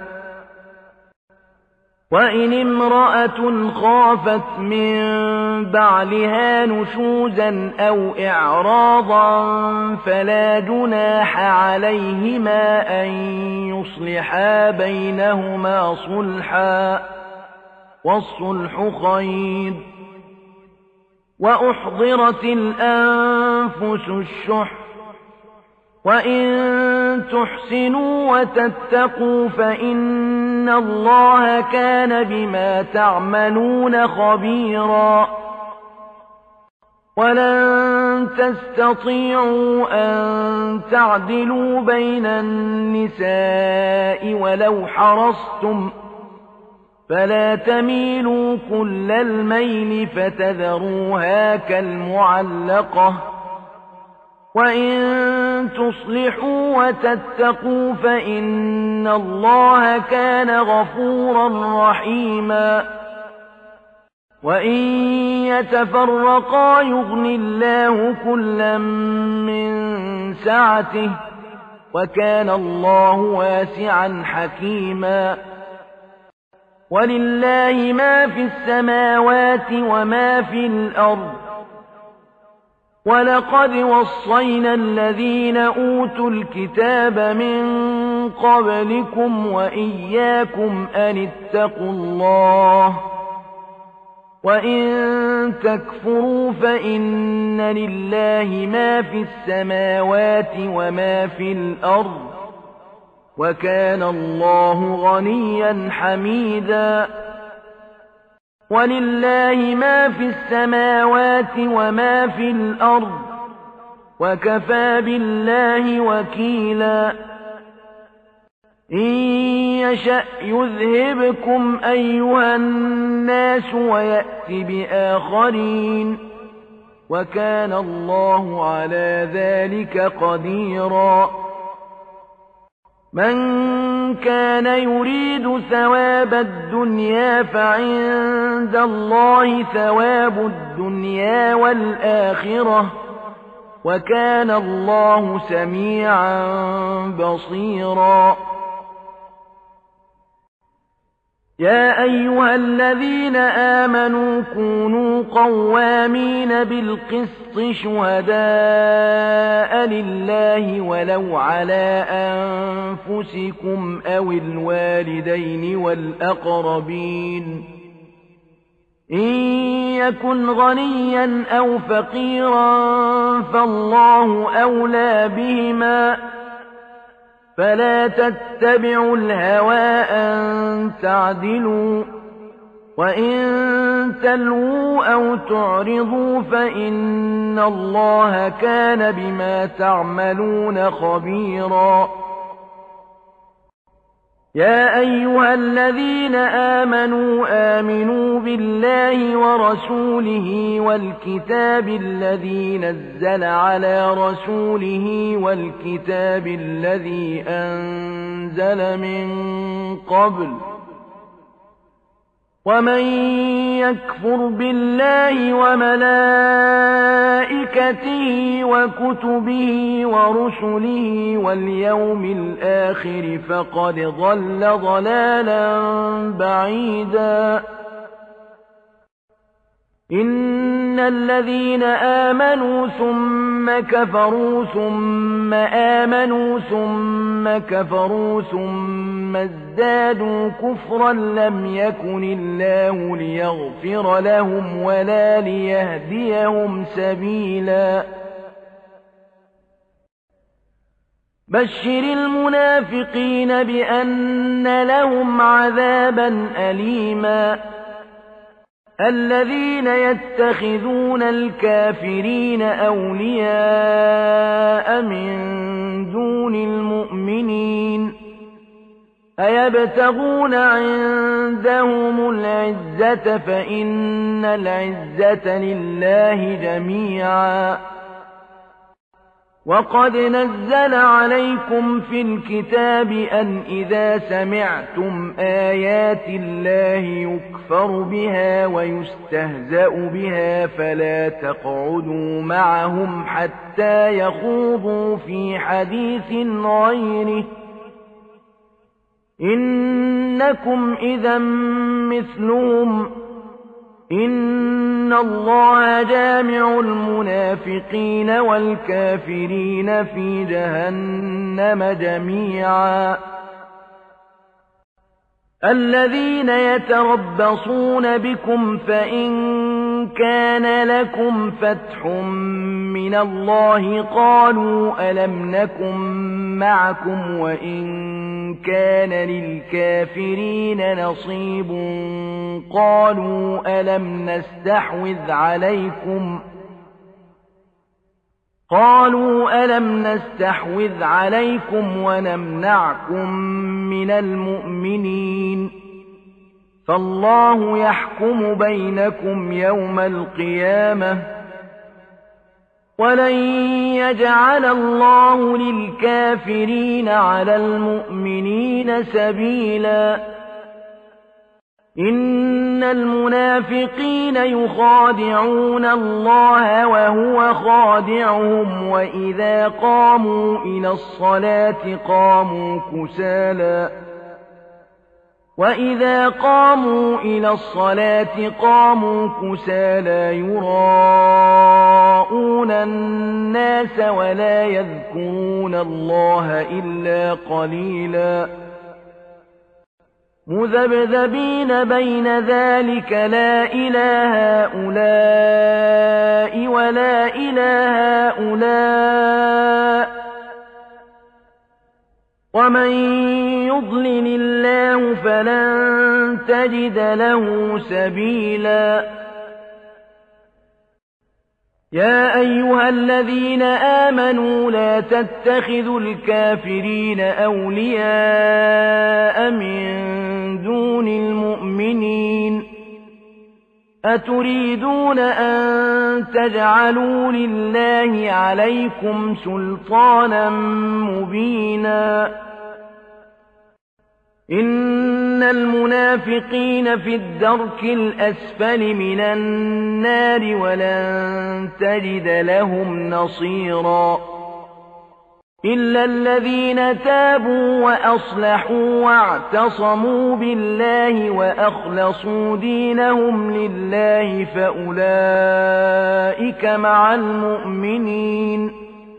وإن امرأة خافت من بعلها نشوزا أو إعراضا فلا جناح عليهما أن يصلحا بينهما صلحا والصلح خير وأحضرت الأنفس الشح وإن تحسنوا وتتقوا فإن الله كان بما تعملون خبيرا ولن تستطيعوا أن تعدلوا بين النساء ولو حرصتم فلا تميلوا كل الميل فتذروها كالمعلقة وإن تصلحوا وتتقوا فإن الله كان غفورا رحيما وإن يتفرقا يغن الله كلا من سعته وكان الله واسعا حكيما ولله ما في السماوات وما في الأرض ولقد وصينا الذين أوتوا الكتاب من قبلكم وإياكم أن اتقوا الله وإن تكفروا فإن لله ما في السماوات وما في الأرض وكان الله غنيا حميدا ولله ما في السماوات وما في الأرض وكفى بالله وكيلا إن يشأ يذهبكم أيها الناس ويأت بآخرين وكان الله على ذلك قديرا من كان يريد ثواب الدنيا فعند الله ثواب الدنيا والآخرة وكان الله سميعا بصيرا يا أيها الذين آمنوا كونوا قوامين بالقسط شهداء لله ولو على أنفسكم أو الوالدين والأقربين إن يكن غنيا أو فقيرا فالله أولى بهما فلا تتبعوا الهوى أن تعدلوا وإن تلووا أو تعرضوا فإن الله كان بما تعملون خبيرا يا أيها الذين آمنوا بالله ورسوله والكتاب الذي نزل على رسوله والكتاب الذي أنزل من قبل ومن يكفر بالله وملائكته وكتبه ورسله واليوم الآخر فقد ضل ضلالا بعيدا إن الذين آمنوا ثم كفروا ثم آمنوا ثم كفروا ثم ازدادوا كفرا لم يكن الله ليغفر لهم ولا ليهديهم سبيلا بشر المنافقين بأن لهم عذابا أليما الذين يتخذون الكافرين أولياء من دون المؤمنين أيبتغون عندهم العزة فإن العزة لله جميعا وقد نزل عليكم في الكتاب أن إذا سمعتم آيات الله يكفر بها ويستهزأ بها فلا تقعدوا معهم حتى يخوضوا في حديث غيره إنكم إذا مثلهم إن الله جامع المنافقين والكافرين في جهنم جميعا الذين يتربصون بكم فإن كان لكم فتح من الله قالوا ألم نكن معكم وإن كان للكافرين نصيب قالوا ألم نستحوذ عليكم ونمنعكم من المؤمنين فالله يحكم بينكم يوم القيامة ولن يجعل الله للكافرين على المؤمنين سبيلا إن المنافقين يخادعون الله وهو خادعهم وإذا قاموا إلى الصلاة قاموا كسالى يراءون الناس ولا يذكرون الله إلا قليلا مذبذبين بين ذلك لا إلى هؤلاء ولا إلى هؤلاء ومن يضلل الله فلن تجد له سبيلا يا أيها الذين آمنوا لا تتخذوا الكافرين أولياء من دون المؤمنين أتريدون أن تجعلوا لله عليكم سلطانا مبينا إن المنافقين في الدرك الأسفل من النار ولن تجد لهم نصيرا إلا الذين تابوا وأصلحوا واعتصموا بالله وأخلصوا دينهم لله فأولئك مع المؤمنين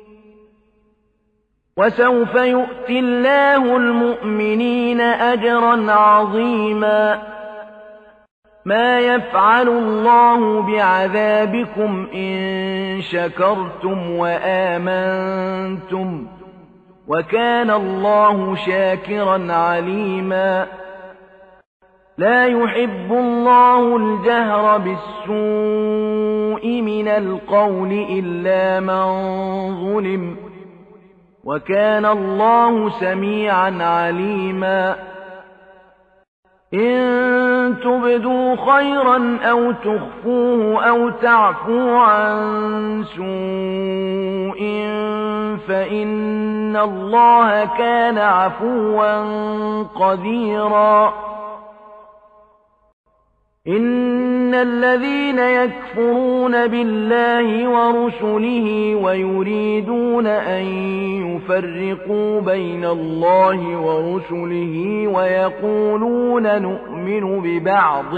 وسوف يؤتي الله المؤمنين أجرا عظيما ما يفعل الله بعذابكم إن شكرتم وآمنتم وكان الله شاكرا عليما لا يحب الله الجهر بالسوء من القول إلا من ظلم وكان الله سميعا عليما إن تبدوا خيرا أو تخفوه أو تعفوا عن سوء فإن الله كان عفوا قديرا إن الذين يكفرون بالله ورسله ويريدون أن يفرقوا بين الله ورسله ويقولون نؤمن ببعض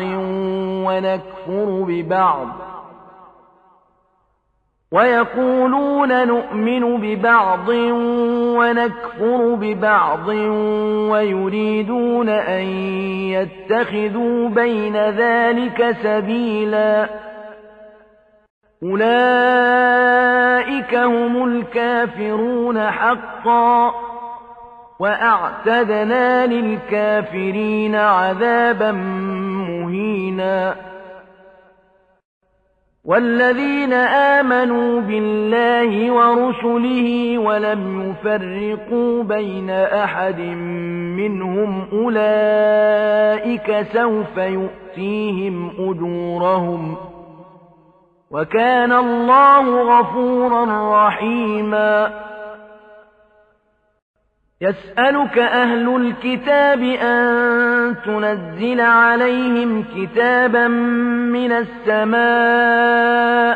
ونكفر ببعض ويريدون أن يتخذوا بين ذلك سبيلا أولئك هم الكافرون حقا وأعتدنا للكافرين عذابا مهينا والذين آمنوا بالله ورسله ولم يفرقوا بين أحد منهم أولئك سوف يؤتيهم أجورهم وكان الله غفورا رحيما يسألك أهل الكتاب أن تنزل عليهم كتابا من السماء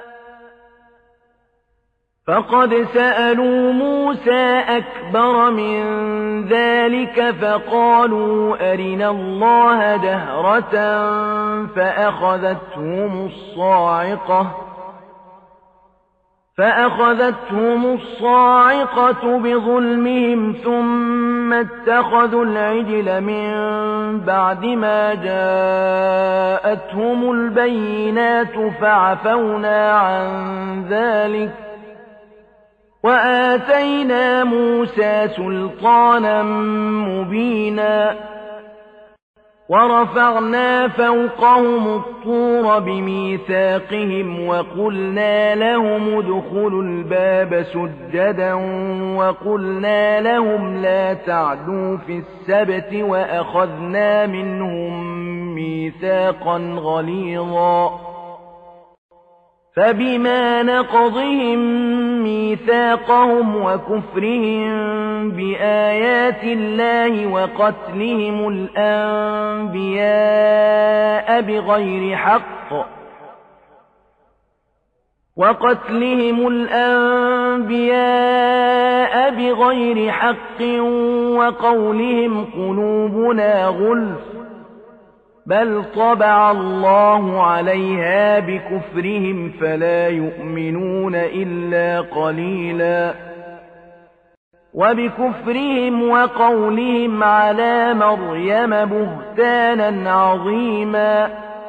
فقد سألوا موسى أكبر من ذلك فقالوا أرنا الله جهرة فأخذتهم الصاعقة بظلمهم ثم اتخذوا العجل من بعد ما جاءتهم البينات فعفونا عن ذلك وآتينا موسى سلطانا مبينا ورفعنا فوقهم الطور بميثاقهم وقلنا لهم ادخلوا الباب سجدا وقلنا لهم لا تعدوا في السبت وأخذنا منهم ميثاقا غليظا فبما نقضهم ميثاقهم وكفرهم بآيات الله وقتلهم الأنبياء بغير حق وقولهم قلوبنا غلف بل طبع الله عليها بكفرهم فلا يؤمنون إلا قليلا وبكفرهم وقولهم على مريم بهتانا عظيما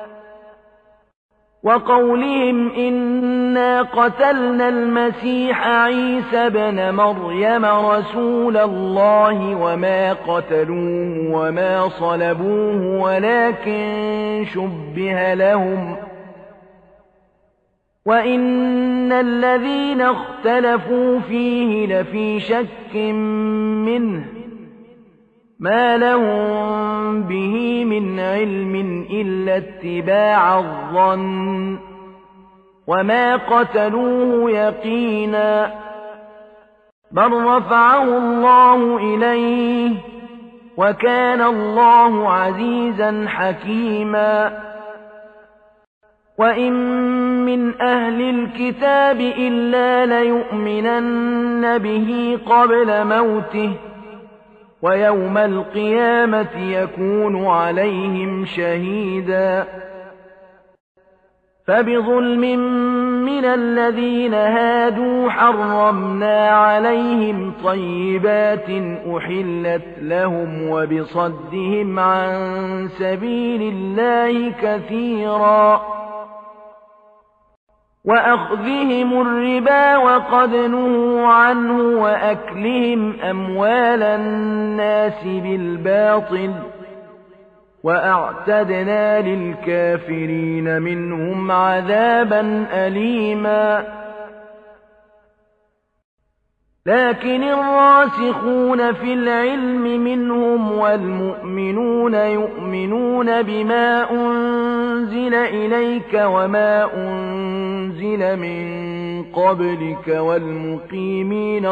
وقولهم إنا قتلنا المسيح عيسى بن مريم رسول الله وما قتلوه وما صلبوه ولكن شبه لهم وإن الذين اختلفوا فيه لفي شك منه ما لهم به من علم إلا اتباع الظن وما قتلوه يقينا بل رفعه الله إليه وكان الله عزيزا حكيما وإن من أهل الكتاب إلا ليؤمنن به قبل موته ويوم القيامة يكون عليهم شهيدا فبظلم من الذين هادوا حرمنا عليهم طيبات أحلت لهم وبصدهم عن سبيل الله كثيرا وأخذهم الربا وقد نهوا عنه وأكلهم أموال الناس بالباطل وأعتدنا للكافرين منهم عذابا أليما لكن الراسخون في العلم منهم والمؤمنون يؤمنون بما أنزل إليك وما أنزل من قبلك والمقيمين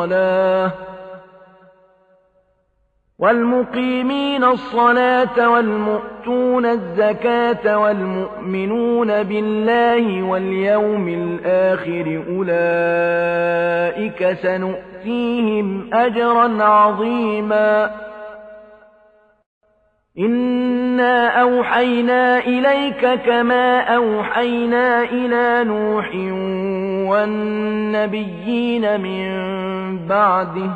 الصلاة والمؤتون الزكاة والمؤمنون بالله واليوم الآخر أولئك سنؤتيهم أجرا عظيما إنا أوحينا إليك كما أوحينا إلى نوح والنبيين من بعده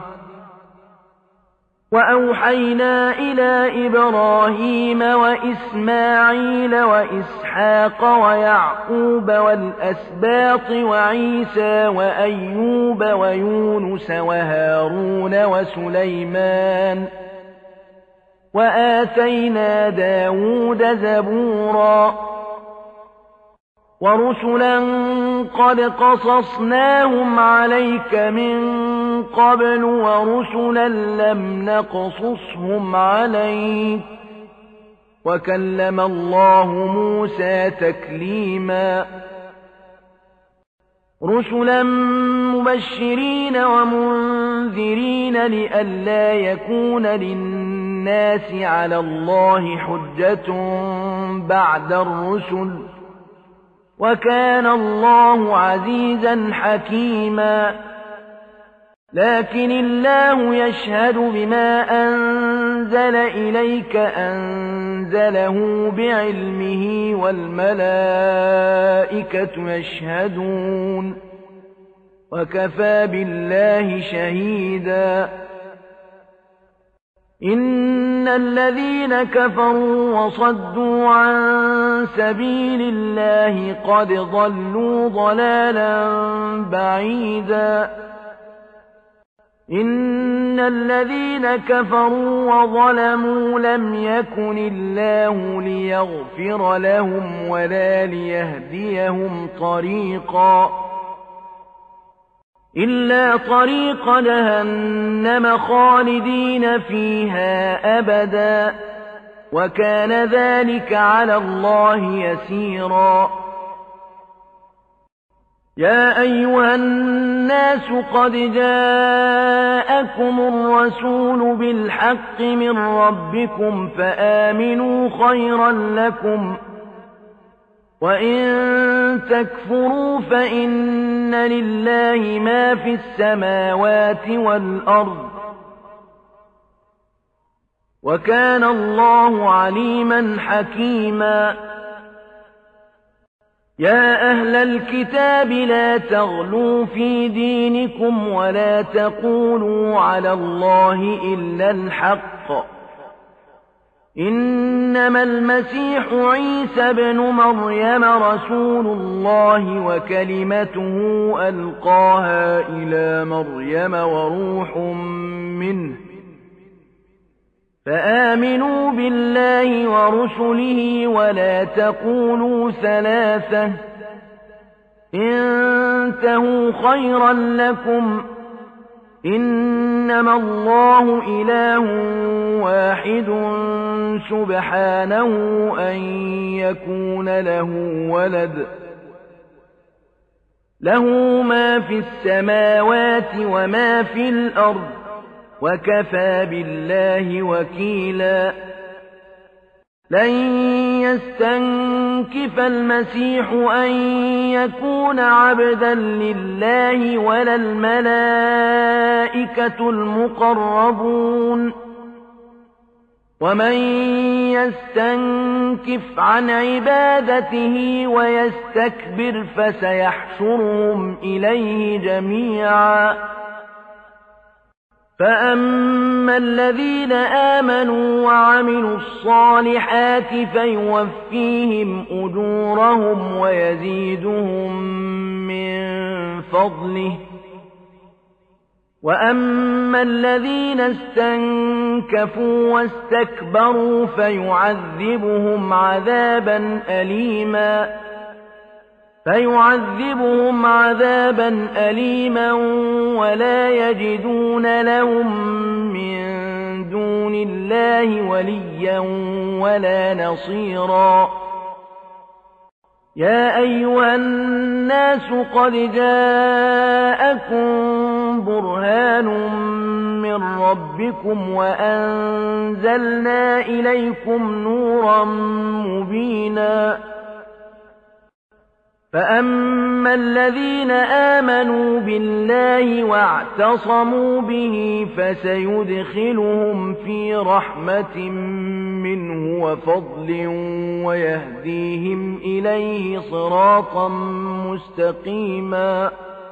وأوحينا إلى إبراهيم وإسماعيل وإسحاق ويعقوب والأسباط وعيسى وأيوب ويونس وهارون وسليمان وآتينا داود زبورا ورسلا قد قصصناهم عليك من قبل ورسلا لم نقصصهم عليك وكلم الله موسى تكليما رسلا مبشرين ومنذرين لئلا يكون للناس على الله حجة بعد الرسل وكان الله عزيزا حكيما لكن الله يشهد بما أنزل إليك أنزله بعلمه والملائكة يشهدون وكفى بالله شهيدا. إن الذين كفروا وصدوا عن سبيل الله قد ضلوا ضلالا بعيدا. إن الذين كفروا وظلموا لم يكن الله ليغفر لهم ولا ليهديهم طريقا إلا طريق جهنم خالدين فيها أبدا وكان ذلك على الله يسيرا. يا أيها الناس قد جاءكم الرسول بالحق من ربكم فآمنوا خيرا لكم وإن تكفروا فإن لله ما في السماوات والأرض وكان الله عليما حكيما. يا أهل الكتاب لا تغلوا في دينكم ولا تقولوا على الله إلا الحق إنما المسيح عيسى ابن مريم رسول الله وكلمته ألقاها إلى مريم وروح منه فآمنوا بالله ورسله ولا تقولوا ثلاثة انتهوا خيرا لكم إنما الله إله واحد سبحانه أن يكون له ولد له ما في السماوات وما في الأرض وكفى بالله وكيلا. لن يستنكف المسيح أن يكون عبدا لله ولا الملائكة المقربون ومن يستنكف عن عبادته ويستكبر فسيحشرهم إليه جميعا. فأما الذين آمنوا وعملوا الصالحات فيوفيهم أجورهم ويزيدهم من فضله وأما الذين استنكفوا واستكبروا فيعذبهم عذابا أليما ولا يجدون لهم من دون الله وليا ولا نصيرا. يا أيها الناس قد جاءكم برهان من ربكم وأنزلنا إليكم نورا مبينا. فأما الذين آمنوا بالله واعتصموا به فسيدخلهم في رحمة منه وفضل ويهديهم إليه صراطا مستقيما.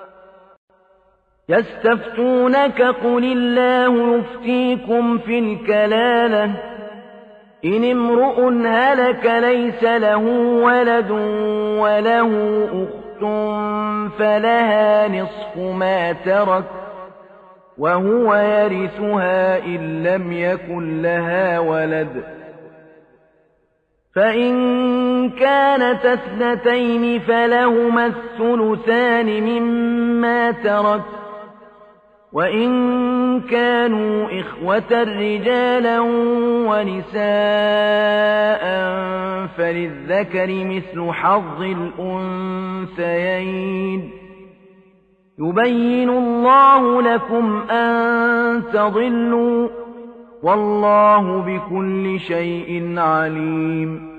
يستفتونك قل الله يفتيكم في الكلالة إن امرؤ هلك ليس له ولد وله أخت فلها نصف ما ترك وهو يرثها إن لم يكن لها ولد فإن كانت اثنتين فلهما الثلثان مما ترك وإن كانوا إخوة رجالا ونساء فللذكر مثل حظ الأنثيين يبين الله لكم أن تضلوا والله بكل شيء عليم.